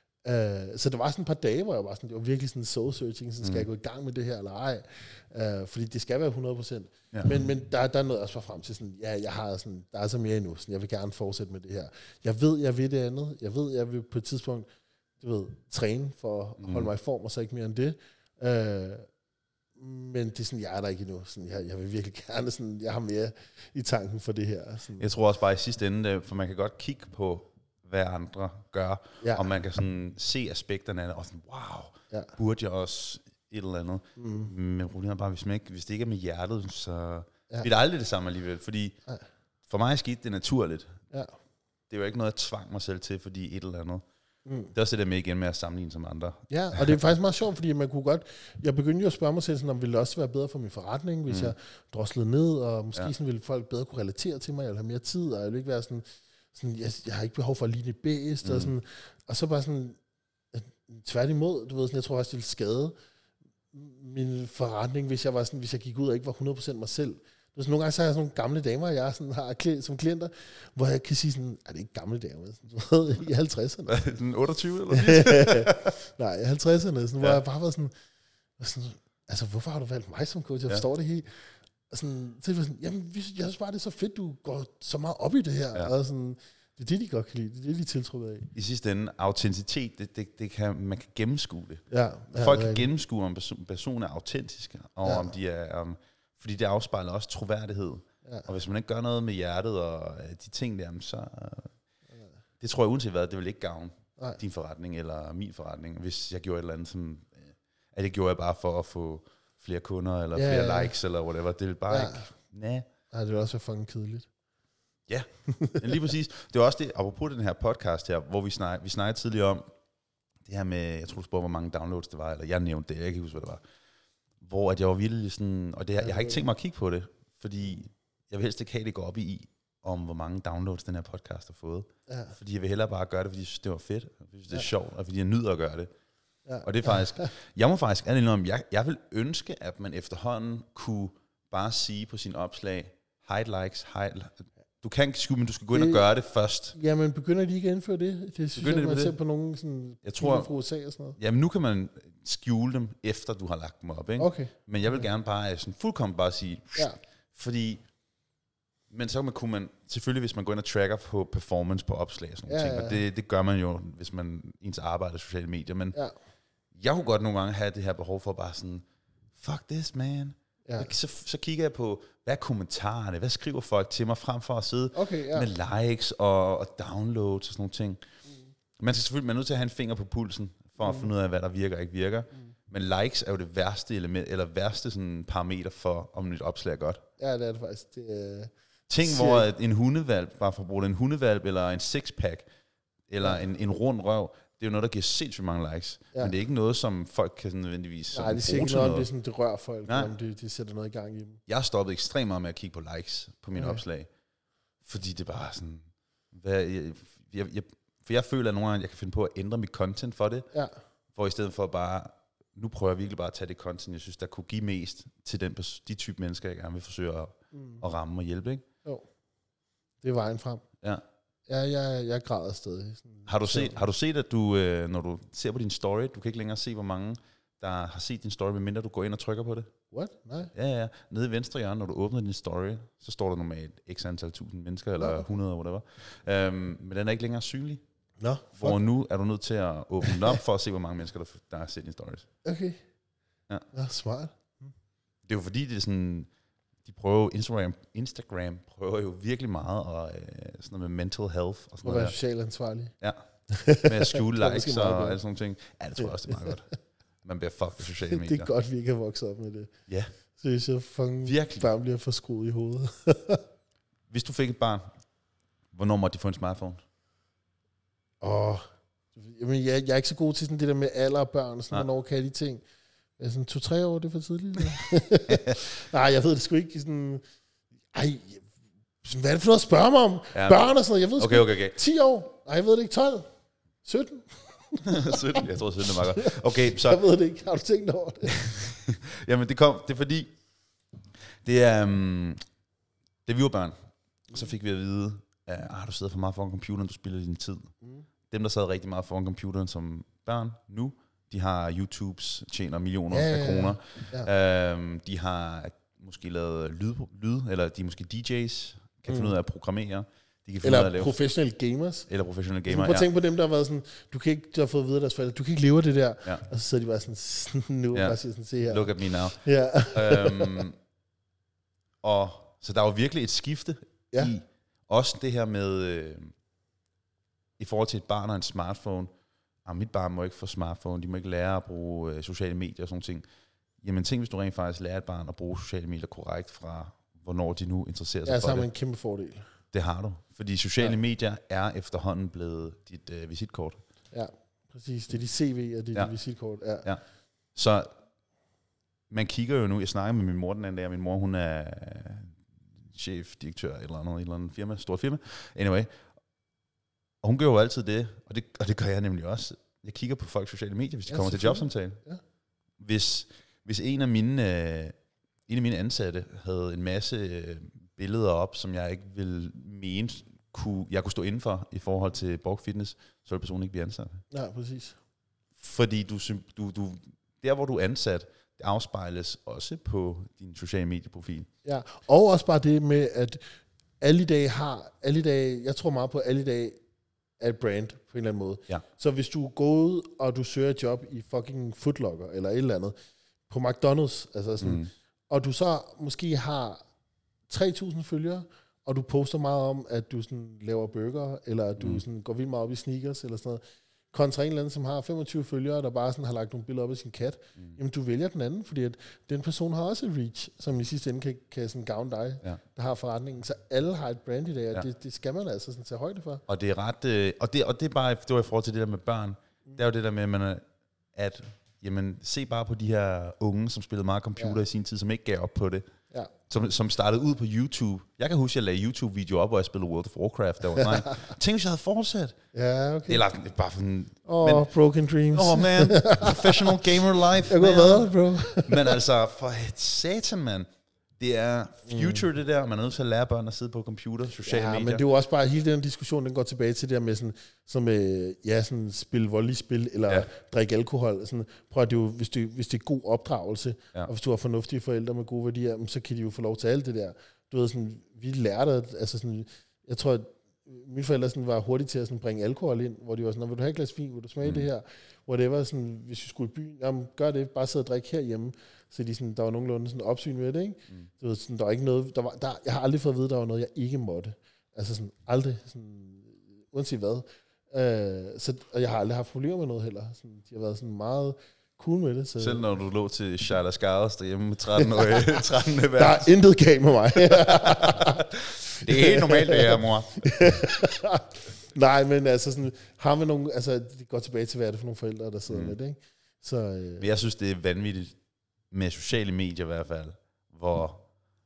S1: Øh, så det var sådan et par dage, hvor jeg var sådan, det var virkelig sådan soul searching, sådan, skal mm. jeg gå i gang med det her, eller ej? Øh, fordi det skal være hundrede procent. Ja. Men, men der, der er noget også frem til sådan, ja, jeg har sådan, der er så mere endnu, sådan, jeg vil gerne fortsætte med det her. Jeg ved, jeg vil det andet. Jeg ved, jeg vil på et tidspunkt, du ved, træne for at holde mm. mig i form, og så ikke mere end det. Øh, men det er sådan, jeg er der ikke endnu. Sådan, jeg, jeg vil virkelig gerne, sådan, jeg har mere i tanken for det her. Sådan.
S2: Jeg tror også bare i sidste ende, for man kan godt kigge på, hvad andre gør, ja. og man kan sådan se aspekterne af det, og sådan, wow, ja. burde jeg også et eller andet. Mm. Men problemet er bare, hvis, man ikke, hvis det ikke er med hjertet, så ja. bliver det aldrig det samme alligevel, fordi ja. for mig skete det naturligt. Ja. Det er jo ikke noget, jeg tvang mig selv til, fordi et eller andet. Mm. Det er også det der med igen med at sammenligne som andre.
S1: Ja, og det er faktisk meget sjovt, fordi man kunne godt, jeg begyndte jo at spørge mig selv, sådan, om ville det også være bedre for min forretning, hvis mm. jeg droslede ned, og måske ja. sådan ville folk bedre kunne relatere til mig, eller have mere tid, og jeg ville ikke være sådan, sådan jeg, jeg har ikke behov for at ligne et bæst, mm. og, sådan, og så bare sådan, tværtimod, du ved, sådan, jeg tror også, det ville skade min forretning, hvis jeg var sådan, hvis jeg gik ud og ikke var hundrede procent mig selv. Du ved, nogle gange så har jeg sådan nogle gamle damer, jeg sådan har som klienter, hvor jeg kan sige sådan, er det ikke gamle damer, sådan, du ved, i halvtredserne.
S2: Sådan otteogtyve eller
S1: Nej, i halvtredserne, sådan, ja. hvor jeg bare var sådan, sådan, altså hvorfor har du valgt mig som coach? Jeg forstår ja. det helt. Og sådan, så var sådan, jamen, jeg synes bare, det er så fedt, du går så meget op i det her. Ja. Og sådan, det er det, de godt kan lide. Det er det, de er tiltrukket af.
S2: I sidste ende, autenticitet, det, det, det kan, man kan gennemskue det.
S1: Ja, ja,
S2: Folk kan gennemskue, om person, personen er autentiske, og ja. om de er, um, fordi det afspejler også troværdighed. Ja. Og hvis man ikke gør noget med hjertet og de ting der, så ja. det tror jeg uanset hvad, det vil ikke gavne Nej. din forretning eller min forretning. Hvis jeg gjorde et eller andet, som, at det gjorde jeg bare for at få flere kunder, eller ja, flere ja. likes, eller whatever. Det vil bare ja. ikke... Næh.
S1: Nej, det vil også være fucking kedeligt.
S2: Ja, lige præcis. Det var også det, apropos den her podcast her, hvor vi snakkede, vi snakkede tidligere om det her med, jeg tror du spurgte, hvor mange downloads det var, eller jeg nævnte det, jeg kan ikke huske, hvad det var. Hvor at jeg var virkelig sådan, og det, jeg har ikke tænkt mig at kigge på det, fordi jeg vil helst ikke have det gå op i, om hvor mange downloads den her podcast har fået. Ja. Fordi jeg vil hellere bare gøre det, fordi jeg synes, det var fedt, og fordi det er ja. sjovt, og fordi jeg nyder at gøre det. Ja. Og det er faktisk, jeg må faktisk ærligt om, jeg, jeg vil ønske, at man efterhånden kunne bare sige på sin opslag, hide likes, hide... Du kan ikke, men du skal gå ind det, og gøre det først.
S1: Jamen, begynder de ikke at indføre det? Det synes jeg, man ser på nogle sådan
S2: jeg tror,
S1: fra U S A og sådan noget.
S2: Jamen, nu kan man skjule dem, efter du har lagt dem op, ikke?
S1: Okay.
S2: Men jeg vil gerne bare sådan fuldkommen bare sige...
S1: Ja.
S2: Fordi... Men så kunne man... Selvfølgelig, hvis man går ind og tracker på performance på opslag og sådan nogle ja, ting, og det, det gør man jo, hvis man ens arbejder i sociale medier, men... Ja. Jeg kunne godt nogle gange have det her behov for bare sådan... Fuck this, man. Ja. Så, så kigger jeg på, hvad er kommentarerne, hvad skriver folk til mig, frem for at sidde okay, ja. med likes og, og downloads og sådan nogle ting. Mm. Man skal selvfølgelig man er nødt til at have en finger på pulsen, for mm. at finde ud af, hvad der virker og ikke virker. Mm. Men likes er jo det værste element, eller værste sådan parameter for, om et opslag er godt.
S1: Ja, det er det faktisk. Det, uh,
S2: ting,
S1: siger...
S2: hvor en hundevalp, bare for at bruge det, en hundevalp, eller en sixpack, eller ja. en, en rund røv, det er jo noget, der giver sindssygt mange likes. Ja. Men det er ikke noget, som folk kan sådan nødvendigvis
S1: Nej, det siger ikke noget, om det, sådan, det rører folk, om det, det sætter noget i gang i dem.
S2: Jeg har stoppet ekstremt meget med at kigge på likes på mine okay. opslag. Fordi det er bare sådan... Hvad, jeg, jeg, jeg, for jeg føler, at nogle gange, jeg kan finde på at ændre mit content for det. Ja. For i stedet for bare... Nu prøver jeg virkelig bare at tage det content, jeg synes, der kunne give mest til den, de type mennesker, jeg gerne vil forsøge at, mm. at ramme og hjælpe. Ikke?
S1: Jo. Det er vejen frem.
S2: Ja.
S1: Ja, jeg, jeg græder stadig. Sådan,
S2: har, du set, har du set, at du, øh, når du ser på din story, du kan ikke længere se, hvor mange, der har set din story, medmindre du går ind og trykker på det?
S1: What? Nej.
S2: Ja, ja. Nede i venstre hjørne, når du åbner din story, så står der normalt x antal tusind mennesker, eller no. hundrede, eller whatever. Um, men den er ikke længere synlig.
S1: Nå. No.
S2: Hvor nu er du nødt til at åbne den op, for at se, hvor mange mennesker, der, der har set din stories.
S1: Okay.
S2: Ja.
S1: Ja, smart.
S2: Det er jo fordi, det er sådan... De prøver Instagram, Instagram prøver jo virkelig meget og øh, sådan noget med mental health og sådan noget.
S1: Og være socialt ansvarlig.
S2: Ja. Med at skjule likes og alle sådan nogle ting. Ja, det tror jeg også, det er meget godt. Man bliver fucked på sociale medier.
S1: Det er godt, vi ikke har vokset op med det.
S2: Ja.
S1: Så hvis jeg fucking bare bliver for skruet i hovedet.
S2: Hvis du fik et barn, hvornår måtte de få en smartphone?
S1: Åh, jamen jeg, jeg er ikke så god til sådan det der med alder og børn, sådan, hvornår kan de ting. Er sådan to-tre år, det er for tidligt? Nej, jeg ved det sgu ikke. Sådan, ej, hvad er det for noget at spørge mig om? Ja. Børn og sådan noget, jeg ved
S2: okay, okay, okay.
S1: ti år? Nej, jeg ved det ikke, tolv? sytten?
S2: sytten? Jeg tror sytten er meget godt. Okay, så...
S1: Jeg ved det ikke, har du tænkt over det?
S2: Jamen, det kom, det er fordi, det er, um, da vi var børn, så fik vi at vide, at ah, du sidder for meget foran computeren, du spilder din tid. Mm. Dem, der sad rigtig meget foran computeren som børn nu, de har YouTubes, tjener millioner ja, af kroner. Ja, ja. Øhm, de har måske lavet lyd, lyd, eller de er måske D J's, kan mm. finde ud af at programmere. De kan finde
S1: eller
S2: ud af at lave
S1: professionelle gamers.
S2: Eller professionelle gamer,
S1: Prøv at tænke på dem, der har været sådan, du kan ikke, der har fået at vide deres forældre, du kan ikke leve af det der.
S2: Ja.
S1: Og så sidder de bare sådan, sådan nu, ja. bare siger sådan, se her.
S2: Look at me now.
S1: Ja.
S2: øhm, og så der er jo virkelig et skifte ja. i også det her med, øh, i forhold til et barn og en smartphone. Ah, mit barn må ikke få smartphone, de må ikke lære at bruge øh, sociale medier og sådan ting. Jamen tænk, hvis du rent faktisk lærer et barn at bruge sociale medier korrekt fra, hvornår de nu interesserer sig
S1: ja,
S2: for det.
S1: Ja, så har man en kæmpe fordel.
S2: Det har du, fordi sociale ja. medier er efterhånden blevet dit øh, visitkort.
S1: Ja, præcis. Det er de C V og det er ja. de visitkort. Ja.
S2: ja. Så man kigger jo nu, jeg snakker med min mor den anden dag, og min mor hun er chef, direktør et eller andet, et eller andet firma, stort firma. Anyway, og hun gør jo altid det, og det, og det gør jeg nemlig også. Jeg kigger på folks sociale medier, hvis de ja, kommer til jobsamtale. Ja. Hvis, hvis en af mine øh, en af mine ansatte havde en masse øh, billeder op, som jeg ikke ville mene, kunne, jeg kunne stå inden for i forhold til Borg Fitness, så ville personen ikke blive ansat.
S1: Ja, præcis.
S2: Fordi du, du, du, der, hvor du er ansat, det afspejles også på din sociale medieprofil. Ja,
S1: og også bare det med, at alle i dag har, alle i dag, jeg tror meget på, at alle i dag er et brand på en eller anden måde.
S2: Ja.
S1: Så hvis du går ud, og du søger et job i fucking Foot Locker, eller et eller andet, på McDonald's, altså sådan, mm. og du så måske har tre tusind følgere, og du poster meget om, at du sådan laver burger, eller at du mm. sådan går vildt meget op i sneakers, eller sådan noget, kontra en eller anden, som har femogtyve følgere, der bare sådan har lagt nogle billeder op af sin kat, mm. jamen du vælger den anden, fordi at den person har også et reach, som i sidste ende kan, kan sådan gavne dig, ja. der har forretningen. Så alle har et brand i dag, og ja. det, det skal man altså sådan tage højde for.
S2: Og det er ret, øh, og, det, og det er bare, det var i forhold til det der med børn, mm. det er jo det der med, at, man, at jamen, se bare på de her unge, som spillede meget computer ja. i sin tid, som ikke gav op på det. Ja. Som, som startede ud på YouTube. Jeg kan huske, at jeg lagde YouTube-videoer op, hvor jeg spillede World of Warcraft. Der var nej. Tænk, hvis jeg havde fortsat.
S1: Ja, okay.
S2: Eller bare sådan...
S1: Åh, oh, broken dreams.
S2: Åh, oh, man. Professional gamer life,
S1: jeg
S2: man.
S1: Jeg bro.
S2: Men altså, for et satan, mand. Det er future, mm. det der. Man er nødt til at lære børn at sidde på computer, sociale
S1: ja,
S2: medier.
S1: men det er jo også bare, hele den diskussion, den går tilbage til det der med sådan, som, øh, ja, sådan spille volleyspil, eller ja. drikke alkohol. Sådan, prøv at det jo, hvis, du, hvis det er god opdragelse, ja. og hvis du har fornuftige forældre med gode værdier, så kan de jo få lov til alt det der. Du ved, sådan, vi lærte, altså sådan, jeg tror, at mine forældre sådan var hurtige til at sådan bringe alkohol ind, hvor de var sådan, vil du have et glas vin, vil du smage mm. det her? Whatever, sådan, hvis vi skulle i byen, jamen gør det, bare sidde og drikke herhjemme. Så de sådan, der var nogenlunde sådan opsyn med det, ikke? Mm. Du ved, sådan, der var ikke noget, der var, der, jeg har aldrig fået at vide, der var noget, jeg ikke måtte. Altså sådan, aldrig, sådan, uanset hvad. Uh, så, og jeg har aldrig haft problemer med noget heller. Sådan, de har været sådan meget cool med det. Så.
S2: Selv når du lå til Charlotte Skars derhjemme med tretten-årige tretten
S1: Der er intet galt med mig.
S2: Det er helt normalt, det her, mor.
S1: Nej, men altså sådan, har man nogle, altså det går tilbage til, hvad er det for nogle forældre, der sidder mm. med det, ikke? Så, øh.
S2: Jeg synes, det er vanvittigt med sociale medier i hvert fald, hvor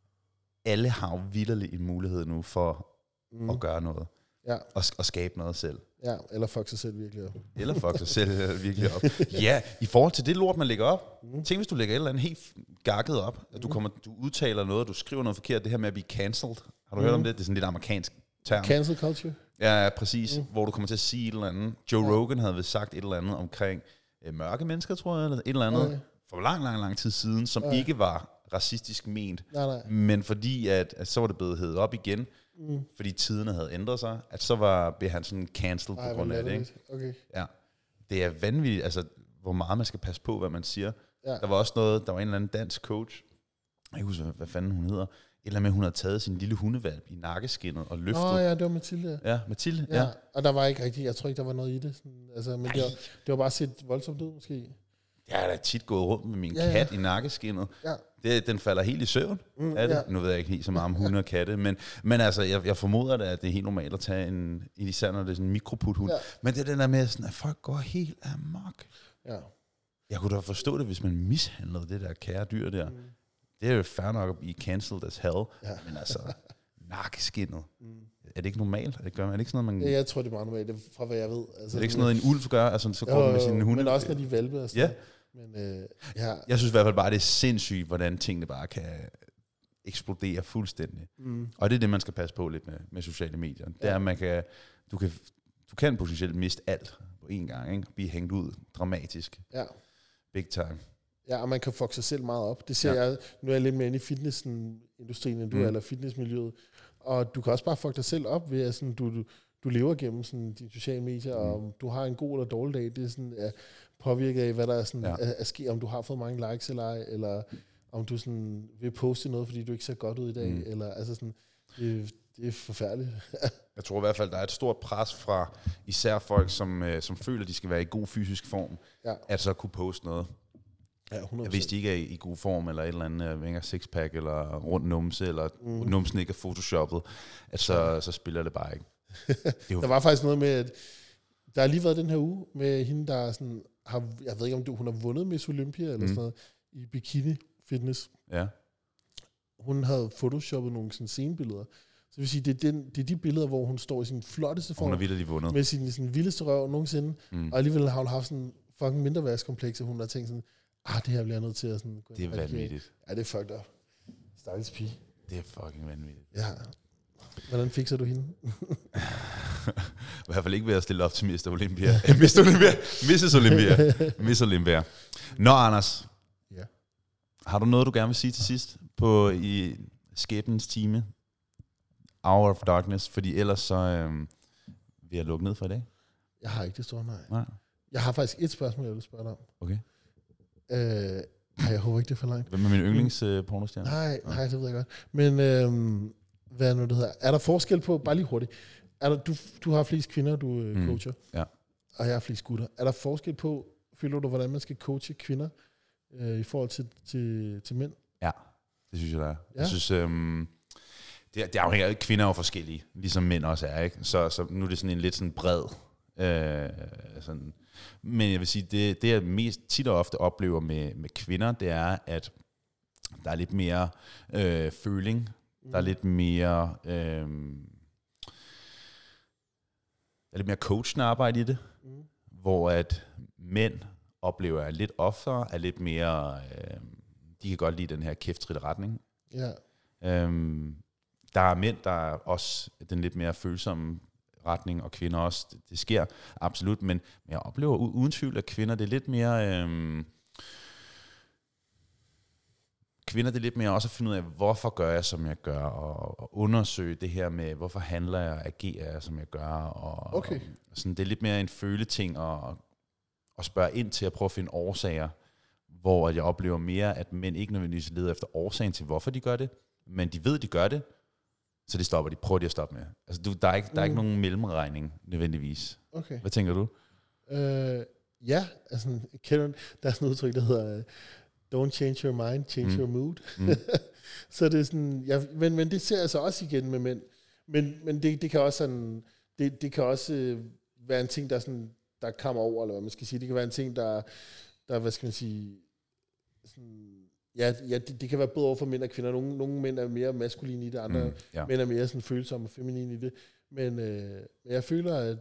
S2: alle har jo vitterligt en mulighed nu for mm. at gøre noget.
S1: Ja.
S2: Og, og skabe noget selv.
S1: Ja, eller fuck sig selv virkelig op.
S2: Eller fuck sig selv virkelig op. Ja, i forhold til det lort, man lægger op. Mm. Tænk, hvis du lægger et eller andet helt gakket op, at du, kommer, du udtaler noget, du skriver noget forkert, det her med at blive cancelled. Har du mm. hørt om det? Det er sådan lidt amerikansk term.
S1: Cancel culture?
S2: Ja, præcis. Mm. Hvor du kommer til at sige et eller andet. Joe ja. Rogan havde vist sagt et eller andet omkring øh, mørke mennesker, tror jeg, eller et eller andet, okay. for lang, lang, lang tid siden, som okay. ikke var racistisk ment. Nej, nej. Men fordi, at, at så var det blevet hævet op igen, mm. fordi tiderne havde ændret sig, at så var, blev han sådan cancelled på grund af det. Ikke?
S1: Okay.
S2: Ja. Det er vanvittigt, altså, hvor meget man skal passe på, hvad man siger. Ja. Der var også noget, der var en eller anden dansk coach, jeg kan huske, hvad fanden hun hedder, eller med, hun havde taget sin lille hundevalp i nakkeskinnet og løftet.
S1: Åh oh, ja, det var Mathilde.
S2: Ja, Mathilde, ja. ja.
S1: Og der var ikke rigtig, jeg tror ikke, der var noget i det. Sådan, altså, men det var, det var bare set voldsomt ud, måske.
S2: Jeg har da tit gået rundt med min
S1: ja, ja.
S2: kat i nakkeskinnet. Ja. Det, den falder helt i søvn mm, af det. Ja. Nu ved jeg ikke helt så meget om hunde og katte, men, men altså, jeg, jeg formoder da, at det er helt normalt at tage en, især når det er sådan en mikroputhund. Ja. Men det er den der med, sådan, at folk går helt amok. Ja. Jeg kunne da forstå det, hvis man mishandlede det der kære dyr der. Mm. Det er jo fair nok at blive cancelled as hell, ja. Men altså, nakkeskinnet. Mm. Er det ikke normalt? Er det, gør, er det ikke sådan noget, man...
S1: Ja, jeg tror, det er meget normalt, det er fra hvad jeg ved. Altså,
S2: er det ikke sådan noget, en ulv gør? Altså, så går jo, med sine hunde?
S1: Men også når de valpe og sådan.
S2: Ja.
S1: Men, øh, ja.
S2: Jeg synes i hvert fald bare, det er sindssygt, hvordan tingene bare kan eksplodere fuldstændig. Mm. Og det er det, man skal passe på lidt med, med sociale medier. Det er, at man kan, du kan, du kan potentielt miste alt på én gang, ikke? Blive hængt ud dramatisk. Ja. Big time.
S1: Ja, og man kan fuck sig selv meget op. Det ser ja. jeg, nu er jeg lidt mere inde i fitnessindustrien, end du mm. er, eller fitnessmiljøet. Og du kan også bare fuck dig selv op ved, at sådan, du, du, du lever gennem sådan, de sociale medier, mm. og om du har en god eller dårlig dag, det er sådan, ja, påvirket af, hvad der er, sådan, ja. er, er sker, om du har fået mange likes eller ej, eller om du sådan, vil poste noget, fordi du ikke ser godt ud i dag, mm. eller altså sådan, det, det er forfærdeligt.
S2: Jeg tror i hvert fald, der er et stort pres fra især folk, som, øh, som føler, de skal være i god fysisk form, ja. At så kunne poste noget. Ja, hundrede procent. Hvis de ikke er i god form, eller et eller andet vinger sixpack, eller rundt numse, eller mm. numsen ikke er photoshoppet, at så, ja. så spiller det bare ikke. Det
S1: der var faktisk noget med, at der har lige været den her uge med hende, der sådan har, jeg ved ikke om du, hun har vundet Miss Olympia, eller mm. sådan noget, i bikini fitness. Ja. Hun havde photoshoppet nogle sådan scenebilleder. Så det vil sige, det er, den, det er de billeder, hvor hun står i sin flotteste form.
S2: Hun har virkelig vundet.
S1: Med sin, sin vildeste røv nogensinde. Mm. Og alligevel har hun haft sådan en fucking mindreværdskompleks, og hun har tænkt sådan, ah, det her bliver jeg nødt til at sådan...
S2: Det er vanvittigt.
S1: Ja, det er fucked up. Stakkels pige.
S2: Det er fucking vanvittigt.
S1: Ja. Hvordan fikser du hende?
S2: I hvert fald ikke ved at stille op til mister Olympia. mister Olympia. missus Olympia. miss Olympia. Nå, Anders. Ja. Har du noget, du gerne vil sige til sidst på i skæbnens time? Hour of Darkness. Fordi ellers så øhm, vil jeg lukke ned for i dag.
S1: Jeg har ikke det store, nej. nej. Jeg har faktisk et spørgsmål, jeg vil spørge dig om.
S2: Okay.
S1: Øh, nej, jeg håber ikke, det er for langt.
S2: Hvem er min yndlings uh, pornostjerne?
S1: Nej, nej, det ved jeg godt. Men øhm, hvad er nu det hedder? Er der forskel på, bare lige hurtigt, er der, du, du har flest kvinder, du øh, coacher, mm, ja. Og jeg har flest gutter. Er der forskel på, føler du, hvordan man skal coache kvinder øh, i forhold til, til, til mænd?
S2: Ja, det synes jeg, der er. Ja. Jeg synes, øhm, det, det afhænger af, kvinder er jo forskellige, ligesom mænd også er, ikke? Så, så nu er det sådan en lidt sådan bred, øh, sådan, men jeg vil sige, det, det jeg mest tit og ofte oplever med, med kvinder, det er, at der er lidt mere øh, føling, der er lidt mere, øh, der er lidt mere coachende arbejde i det, mm. hvor at mænd oplever at lidt oftere, er lidt mere, øh, de kan godt lide den her kæftrit retning,
S1: Ja.
S2: Øhm, der er mænd, der er også den lidt mere følsomme retning, og kvinder også. Det, det sker absolut, men, men jeg oplever u- uden tvivl, at kvinder det er lidt mere... Øhm, kvinder det er lidt mere også at finde ud af, hvorfor gør jeg, som jeg gør, og, og undersøge det her med, hvorfor handler jeg og agerer jeg, som jeg gør, og,
S1: Okay.
S2: og sådan, det er lidt mere en føleting, og, og spørge ind til at prøve at finde årsager, hvor jeg oplever mere, at mænd ikke nødvendigvis leder efter årsagen til, hvorfor de gør det, men de ved, de gør det, så de stopper de. Prøver de at stoppe med. Altså, du, der er ikke, der er ikke
S1: Mm.
S2: nogen mellemregning, nødvendigvis.
S1: Okay.
S2: Hvad tænker du?
S1: Øh, ja, altså, kender du- der er sådan et udtryk, der hedder, øh, don't change your mind, change
S2: Mm.
S1: your mood.
S2: Mm.
S1: Så det er sådan, ja, men, men det ser jeg så også igen med mænd. Men, men det, det kan også sådan, det, det kan også øh, være en ting, der sådan, der kommer over, eller hvad man skal sige. Det kan være en ting, der, der hvad skal man sige, sådan, ja, ja det, det kan være både over for mænd og kvinder. Nogle, nogle mænd er mere maskuline i det, andre
S2: Mm, ja.
S1: mænd er mere sådan følsomme og feminine i det. Men øh, jeg føler, at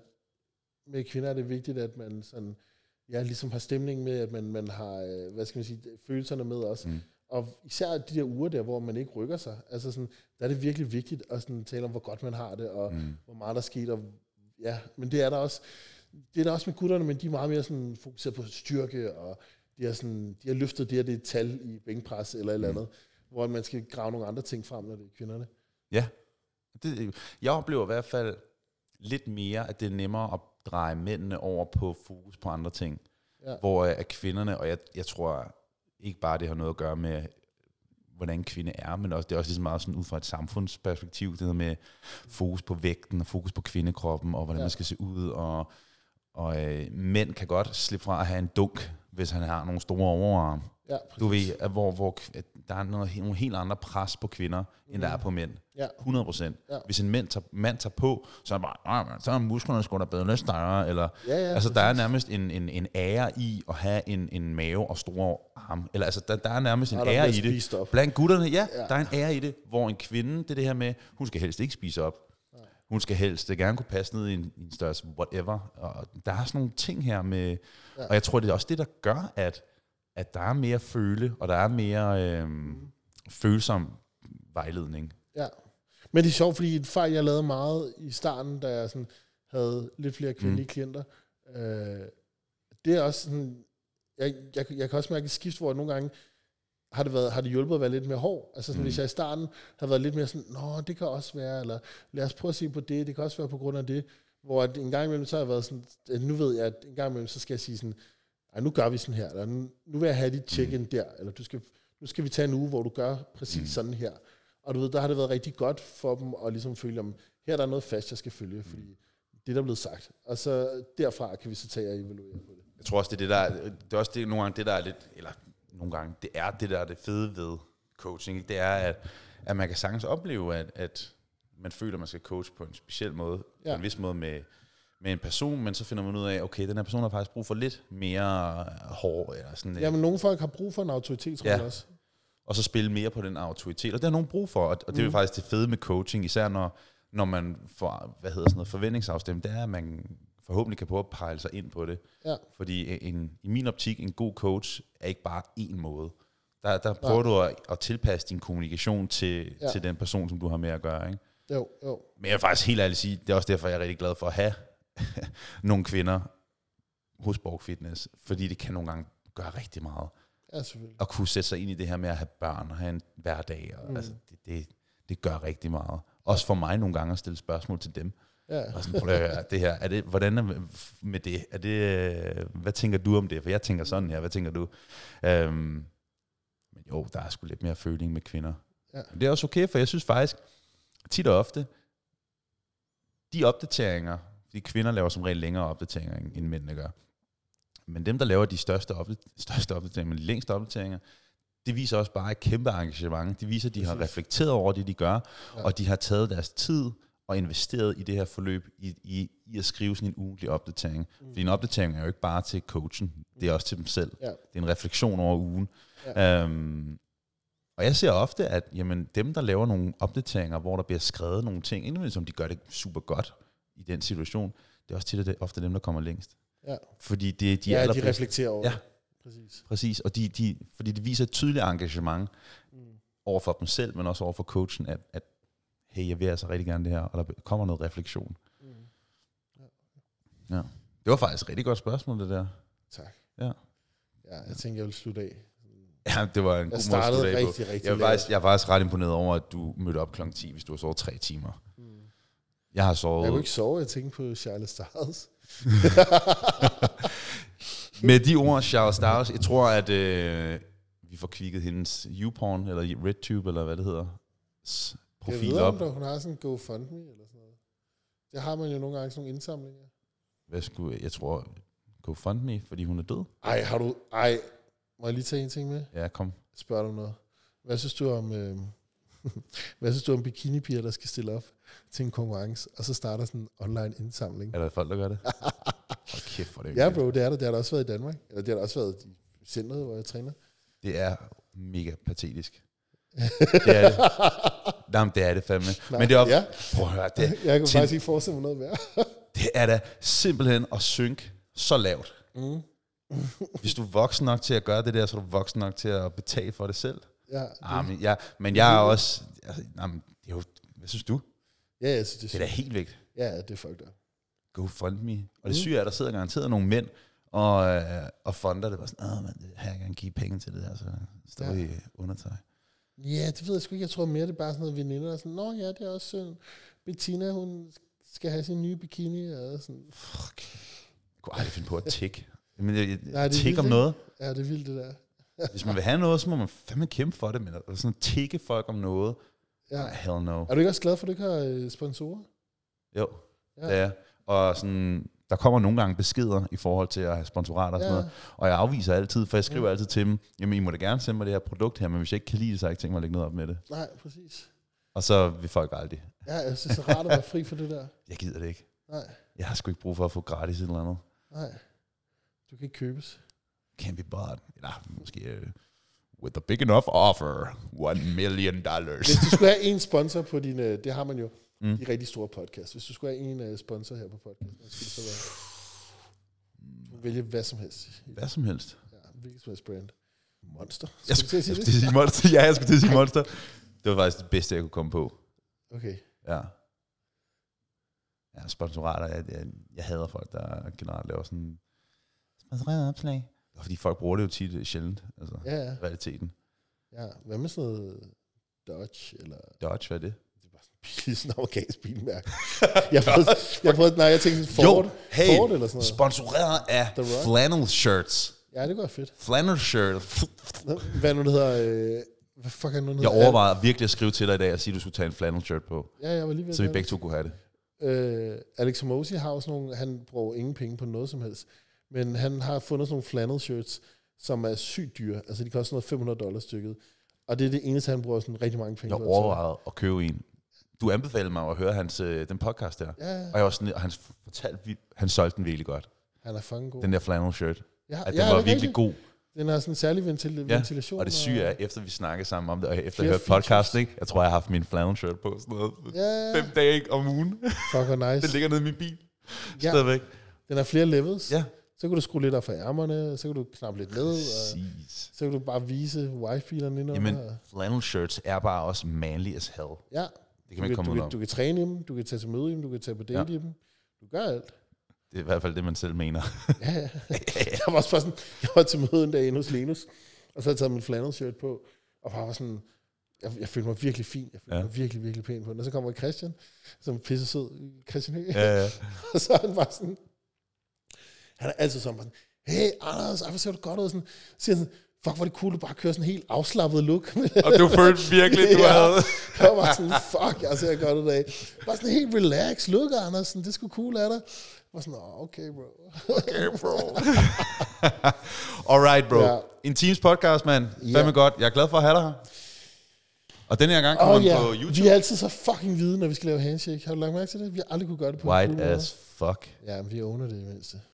S1: med kvinder er det vigtigt, at man sådan, ja, ligesom har stemning med, at man, man har, øh, hvad skal man sige, følelserne med også.
S2: Mm.
S1: Og især de der uger der, hvor man ikke rykker sig, altså sådan, der er det virkelig vigtigt at sådan tale om, hvor godt man har det, og
S2: Mm.
S1: hvor meget der skete, og ja, men det er der også, det er der også med gutterne, men de er meget mere sådan fokuseret på styrke, og de har, sådan, de har løftet det her, det er et tal i bænkpres eller et eller andet, hvor man skal grave nogle andre ting frem, når det er kvinderne.
S2: Ja. Det, jeg oplever i hvert fald lidt mere, at det er nemmere at dreje mændene over på fokus på andre ting.
S1: Ja.
S2: Hvor øh, at kvinderne, og jeg, jeg tror ikke bare, det har noget at gøre med, hvordan en kvinde er, men også, det er også ligesom meget sådan ud fra et samfundsperspektiv, det der med fokus på vægten, og fokus på kvindekroppen, og hvordan
S1: Ja.
S2: man skal se ud, og, og øh, mænd kan godt slippe fra at have en dunk, hvis han har nogle store overarme.
S1: Ja,
S2: Du
S1: præcis.
S2: ved, at hvor, hvor at der er noget, nogle helt andre pres på kvinder, end der er på mænd.
S1: Ja.
S2: hundrede procent.
S1: Ja.
S2: Hvis en mand tager, mand tager på, så er det bare, "Nej, så er musklerne sgu da bedre større, eller
S1: Ja, ja,
S2: altså, der er
S1: præcis.
S2: nærmest en, en, en ære i at have en, en mave og store arme. Eller altså, der, der er nærmest en
S1: Ja, der
S2: ære i
S1: bliver
S2: det.
S1: spist op.
S2: Blandt gutterne, ja,
S1: Ja.
S2: der er en ære i det, hvor en kvinde, det er det her med, hun skal helst ikke spise op.
S1: Nej.
S2: Hun skal helst det gerne kunne passe ned i en, i en størrelse whatever. Og der er sådan nogle ting her med,
S1: Ja.
S2: og jeg tror, det er også det, der gør, at, at der er mere føle, og der er mere øhm, følsom vejledning.
S1: Ja. Men det er sjovt, fordi en fejl, jeg lavede meget i starten, da jeg sådan havde lidt flere kvindelige mm. klienter, øh, det er også sådan, jeg, jeg, jeg kan også mærke et skift, hvor nogle gange har det, været, har det hjulpet at være lidt mere hård. Altså sådan,
S2: Mm.
S1: hvis jeg i starten har været lidt mere sådan, nå, det kan også være, eller lad os prøve at se på det, det kan også være på grund af det, hvor at en gang imellem, så har jeg været sådan, at nu ved jeg, at en gang imellem, så skal jeg sige sådan, ej, nu gør vi sådan her, eller nu, nu vil jeg have dit check-in der, eller du skal, nu skal vi tage en uge, hvor du gør præcis
S2: Mm.
S1: sådan her. Og du ved, der har det været rigtig godt for dem at ligesom føle, om her er der noget fast, jeg skal følge, fordi det er der blevet sagt. Og så derfra kan vi så tage og evaluere på det.
S2: Jeg tror også, det er det, der er, det er også det, nogle gange det, der er lidt, eller nogle gange, det er det, der er det fede ved coaching, ikke? Det er, at, at man kan sagtens opleve, at, at man føler, at man skal coach på en speciel måde, ja.
S1: Ja.
S2: på en vis måde med, med en person, men så finder man ud af, okay, den her person har faktisk brug for lidt mere hår, eller sådan
S1: Ja, men nogle folk har brug for en autoritet, tror
S2: Ja.
S1: jeg også.
S2: og så spille mere på den autoritet, og det har nogen brug for, og og det er jo
S1: Mm.
S2: faktisk det fede med coaching, især når, når man får, hvad hedder sådan noget, forventningsafstemning, det er, at man forhåbentlig kan prøve at pejle sig ind på det.
S1: Ja.
S2: Fordi en, i min optik, en god coach er ikke bare én måde. Der, der prøver du at, at tilpasse din kommunikation til,
S1: Ja.
S2: til den person, som du har med at gøre. Ikke?
S1: Jo, jo.
S2: Men jeg vil faktisk helt ærligt sige, det er også derfor, jeg er rigtig glad for at have nogle kvinder hos Borg Fitness, fordi det kan nogle gange gøre rigtig meget.
S1: Ja, selvfølgelig.
S2: At kunne sætte sig ind i det her med at have børn og have en hverdag. Og,
S1: Mm.
S2: mm. altså, det, det, det gør rigtig meget. Også for mig nogle gange at stille spørgsmål til dem.
S1: Ja.
S2: Og sådan, prøv at høre, det her, er det, hvordan er med det? Er det, øh, hvad tænker du om det? For jeg tænker sådan her, hvad tænker du? Øhm, men jo, der er sgu lidt mere føling med kvinder.
S1: Ja.
S2: Men det er også okay, for jeg synes faktisk, tit og ofte, de opdateringer, de kvinder laver som regel længere opdateringer, end end mændene gør. Men dem, der laver de største, opdat- største opdateringer, men de længste opdateringer, det viser også bare et kæmpe engagement. Det viser, at de har
S1: Præcis.
S2: reflekteret over det, de gør,
S1: Ja.
S2: og de har taget deres tid og investeret i det her forløb, i, i, i at skrive sådan en ugentlig opdatering. Mm. Fordi en opdatering er jo ikke bare til coachen, det er også til dem selv.
S1: Ja.
S2: Det er en refleksion over ugen.
S1: Ja.
S2: Øhm, og jeg ser ofte, at jamen, dem, der laver nogle opdateringer, hvor der bliver skrevet nogle ting, indimellem som de gør det super godt i den situation, det er også tit og det, ofte dem, der kommer længst.
S1: Ja.
S2: Fordi det, de
S1: De
S2: er
S1: ja, de
S2: allerbedste.
S1: reflekterer over
S2: Ja.
S1: det. Præcis.
S2: Præcis, og de, de, fordi det viser et tydeligt engagement.
S1: Mm.
S2: over for dem selv, men også over for coachen, at, at hey, jeg vil altså rigtig gerne det her, og der kommer noget refleksion. Mm. Ja. ja. Det var faktisk et rigtig godt spørgsmål, det der.
S1: Tak.
S2: Ja.
S1: Ja, jeg tænker, jeg vil slutte af.
S2: Ja, det var en
S1: jeg
S2: god måde at slutte af
S1: rigtig,
S2: på.
S1: rigtig
S2: jeg, var faktisk, jeg var faktisk ret imponeret over, at du mødte op klokken ti, hvis du har sovet tre timer. Mm. Jeg har sovet...
S1: Jeg kunne ikke sove, jeg tænkte på Charles Stars.
S2: Med de ord, Charles Stars, jeg tror, at øh, vi får kvikket hendes YouPorn, eller RedTube, eller hvad det hedder, profil
S1: jeg ved,
S2: op.
S1: om hun har sådan en GoFundMe, eller sådan noget. Det har man jo nogle gange sådan nogle indsamlinger.
S2: Hvad skulle jeg? Jeg tror, GoFundMe, fordi hun er død.
S1: Ej, har du... Ej, må jeg lige tage en ting med?
S2: Ja, kom.
S1: Spørg du noget. Hvad synes du om... Øh, hvad synes du om bikinipiger, der skal stille op til en konkurrence, og så starter sådan en online indsamling?
S2: Er der folk, der gør det? Hold kæft for det.
S1: Ja, bro, det er der. Det har der også været i Danmark. Eller det har der også været i centret, hvor jeg træner.
S2: Det er mega patetisk. Det er det. Jamen, det er det fandme.
S1: Nej,
S2: men det er op...
S1: ja.
S2: Prøv at høre, det
S1: jeg kan
S2: til...
S1: faktisk ikke forestille mig noget mere.
S2: Det er da simpelthen at synke så lavt. Mm. Hvis du er voksen nok til at gøre det der, så er du voksen nok til at betale for det selv.
S1: Ja,
S2: det, ah, men, ja, men jeg er også... Altså, jamen, det er jo, hvad synes du?
S1: Ja, jeg synes, det er,
S2: det er da helt vægt.
S1: Ja, det er fucked up.
S2: GoFundMe. Og det syge er, at der sidder garanteret nogle mænd og, øh, og fonder det. Bare sådan, åh, man, her kan jeg gerne give penge til det der, så står ja. I undertøj.
S1: Ja, det ved jeg sgu ikke. Jeg tror mere, det er bare sådan noget veninder, der sådan, nå ja, det er også sådan, Bettina, hun skal have sin nye bikini, og sådan.
S2: Fuck. Jeg kunne aldrig finde på at tikke. Men jeg, jeg,
S1: Nej,
S2: tikke om noget.
S1: Ja, det er vildt, det der.
S2: Hvis man vil have noget, så må man fandme kæmpe for det, men at sådan tikke folk om noget, ja. Oh, hell no.
S1: Er du ikke også glad for, at du ikke har sponsorer?
S2: Jo, ja. Det er. Og sådan, der kommer nogle gange beskeder i forhold til at have sponsorater og sådan ja. noget, og jeg afviser altid, for jeg skriver ja. altid til dem, jamen I må da gerne sende mig det her produkt her, men hvis jeg ikke kan lide det, så har jeg ikke tænkt mig at lægge noget op med det.
S1: Nej, præcis.
S2: Og så vil folk aldrig.
S1: Ja, jeg synes, det er rart at være fri for det der.
S2: Jeg gider det ikke.
S1: Nej.
S2: Jeg har sgu ikke brug for at få gratis et eller andet.
S1: Nej. Du kan ikke købes.
S2: Can be bought. Eller måske uh, with a big enough offer, one million dollars.
S1: Hvis du skulle have en sponsor på din, det har man jo,
S2: mm.
S1: de rigtig store podcast. Hvis du skulle have en uh, sponsor her på podcasten, hvad skulle det så være? Du kan vælge hvad som helst.
S2: Hvad som helst?
S1: Ja, hvilket som helst brand. Monster.
S2: Jeg skulle til at sige, jeg skulle sige Monster. Ja, jeg skulle til at sige Monster. Det var faktisk det bedste, jeg kunne komme på.
S1: Okay.
S2: Ja. Ja, sponsorater. Jeg, jeg, jeg hader folk, der generelt laver sådan sponsoreret opslag. Fordi folk bruger det jo tit sjældent. Altså,
S1: ja, ja.
S2: Realiteten.
S1: Ja, hvad med sådan noget Dodge? Eller?
S2: Dodge, hvad er det?
S1: Det er bare sådan, sådan en amerikansk bilmærke. jeg har prøvet, jeg prøvet, nej, jeg tænkte Ford.
S2: Jo, hey,
S1: Ford eller sådan noget.
S2: Sponsoreret af flannel shirts.
S1: Ja, det går fedt.
S2: Flannel shirt.
S1: Hvad nu det hedder? Øh, hvad fuck er nu det
S2: Jeg overvejede virkelig at skrive til dig i dag og sige, at du skulle tage en flannel shirt på.
S1: Ja, jeg var lige ved.
S2: Så vi begge to kunne have det.
S1: Øh, Alex Hormozi har også nogle, han bruger ingen penge på noget som helst. Men han har fundet sådan nogle flannel shirts, som er sygt dyre. Altså de koster noget fem hundrede dollars stykket. Og det er det eneste, han bruger sådan rigtig mange penge
S2: på. Jeg overvejede at købe en. Du anbefalede mig at høre hans, øh, den podcast der.
S1: Ja, ja.
S2: Og jeg var sådan, og han fortalte, han solgte den virkelig godt.
S1: Han er fucking god.
S2: Den der flannel shirt.
S1: Ja,
S2: at den
S1: ja,
S2: var virkelig
S1: rigtig
S2: god.
S1: Den har sådan en særlig ventil-
S2: ja,
S1: ventilation.
S2: Og det syge er, efter vi snakkede sammen om det, og efter jeg hørte podcasten, ikke? Jeg tror, jeg har haft min flannel shirt på sådan noget.
S1: Ja.
S2: Fem dage om ugen.
S1: Fuck, hvor nice.
S2: Den ligger nede i min bil.
S1: Ja.
S2: Stadigvæk.
S1: Den har flere levels.
S2: Ja.
S1: Så kan du skrue lidt af for ærmerne, så kan du knappe lidt ned, og så kan du bare vise wife-feelerne ind
S2: Jamen, flannel shirts er bare også manly as hell.
S1: Ja.
S2: Det kan man ikke komme
S1: du,
S2: ud
S1: du,
S2: om.
S1: du kan træne i dem, du kan tage til møde i dem, du kan tage på date ja. i dem. Du gør alt.
S2: Det er i hvert fald det, man selv mener.
S1: ja, ja. Jeg var også bare sådan, jeg var til møde en dag inde hos Lenus, og så havde jeg taget min flannel shirt på, og bare var sådan, jeg, jeg følte mig virkelig fin, jeg følte ja. mig virkelig, virkelig pæn på den. Og så kommer Christian, som er pisse sød, Christian Høgh,
S2: ja, ja.
S1: og så er han bare sådan, han er altid sådan, hey Anders, hvor ser du godt ud, sådan, siger han sådan, fuck, hvor er det cool, du bare kører sådan en helt afslappet look.
S2: Og du følte virkelig, du
S1: ja,
S2: havde.
S1: Jeg var bare sådan, fuck, jeg ser godt ud af. Bare sådan en helt relaxed look, Anders, sådan, det er sgu cool af dig. Jeg var sådan, oh, okay, bro.
S2: Okay, bro. Alright, bro. Ja. En Teams podcast, mand. Ja. Fandme godt. Jeg er glad for at have dig her. Og den her gang kommer oh, yeah. på YouTube.
S1: Vi er altid så fucking hvide, når vi skal lave handshake. Har du lagt mærke til det? Vi har aldrig kunne gøre det på
S2: White as fuck.
S1: Ja, men vi owner det i mindste.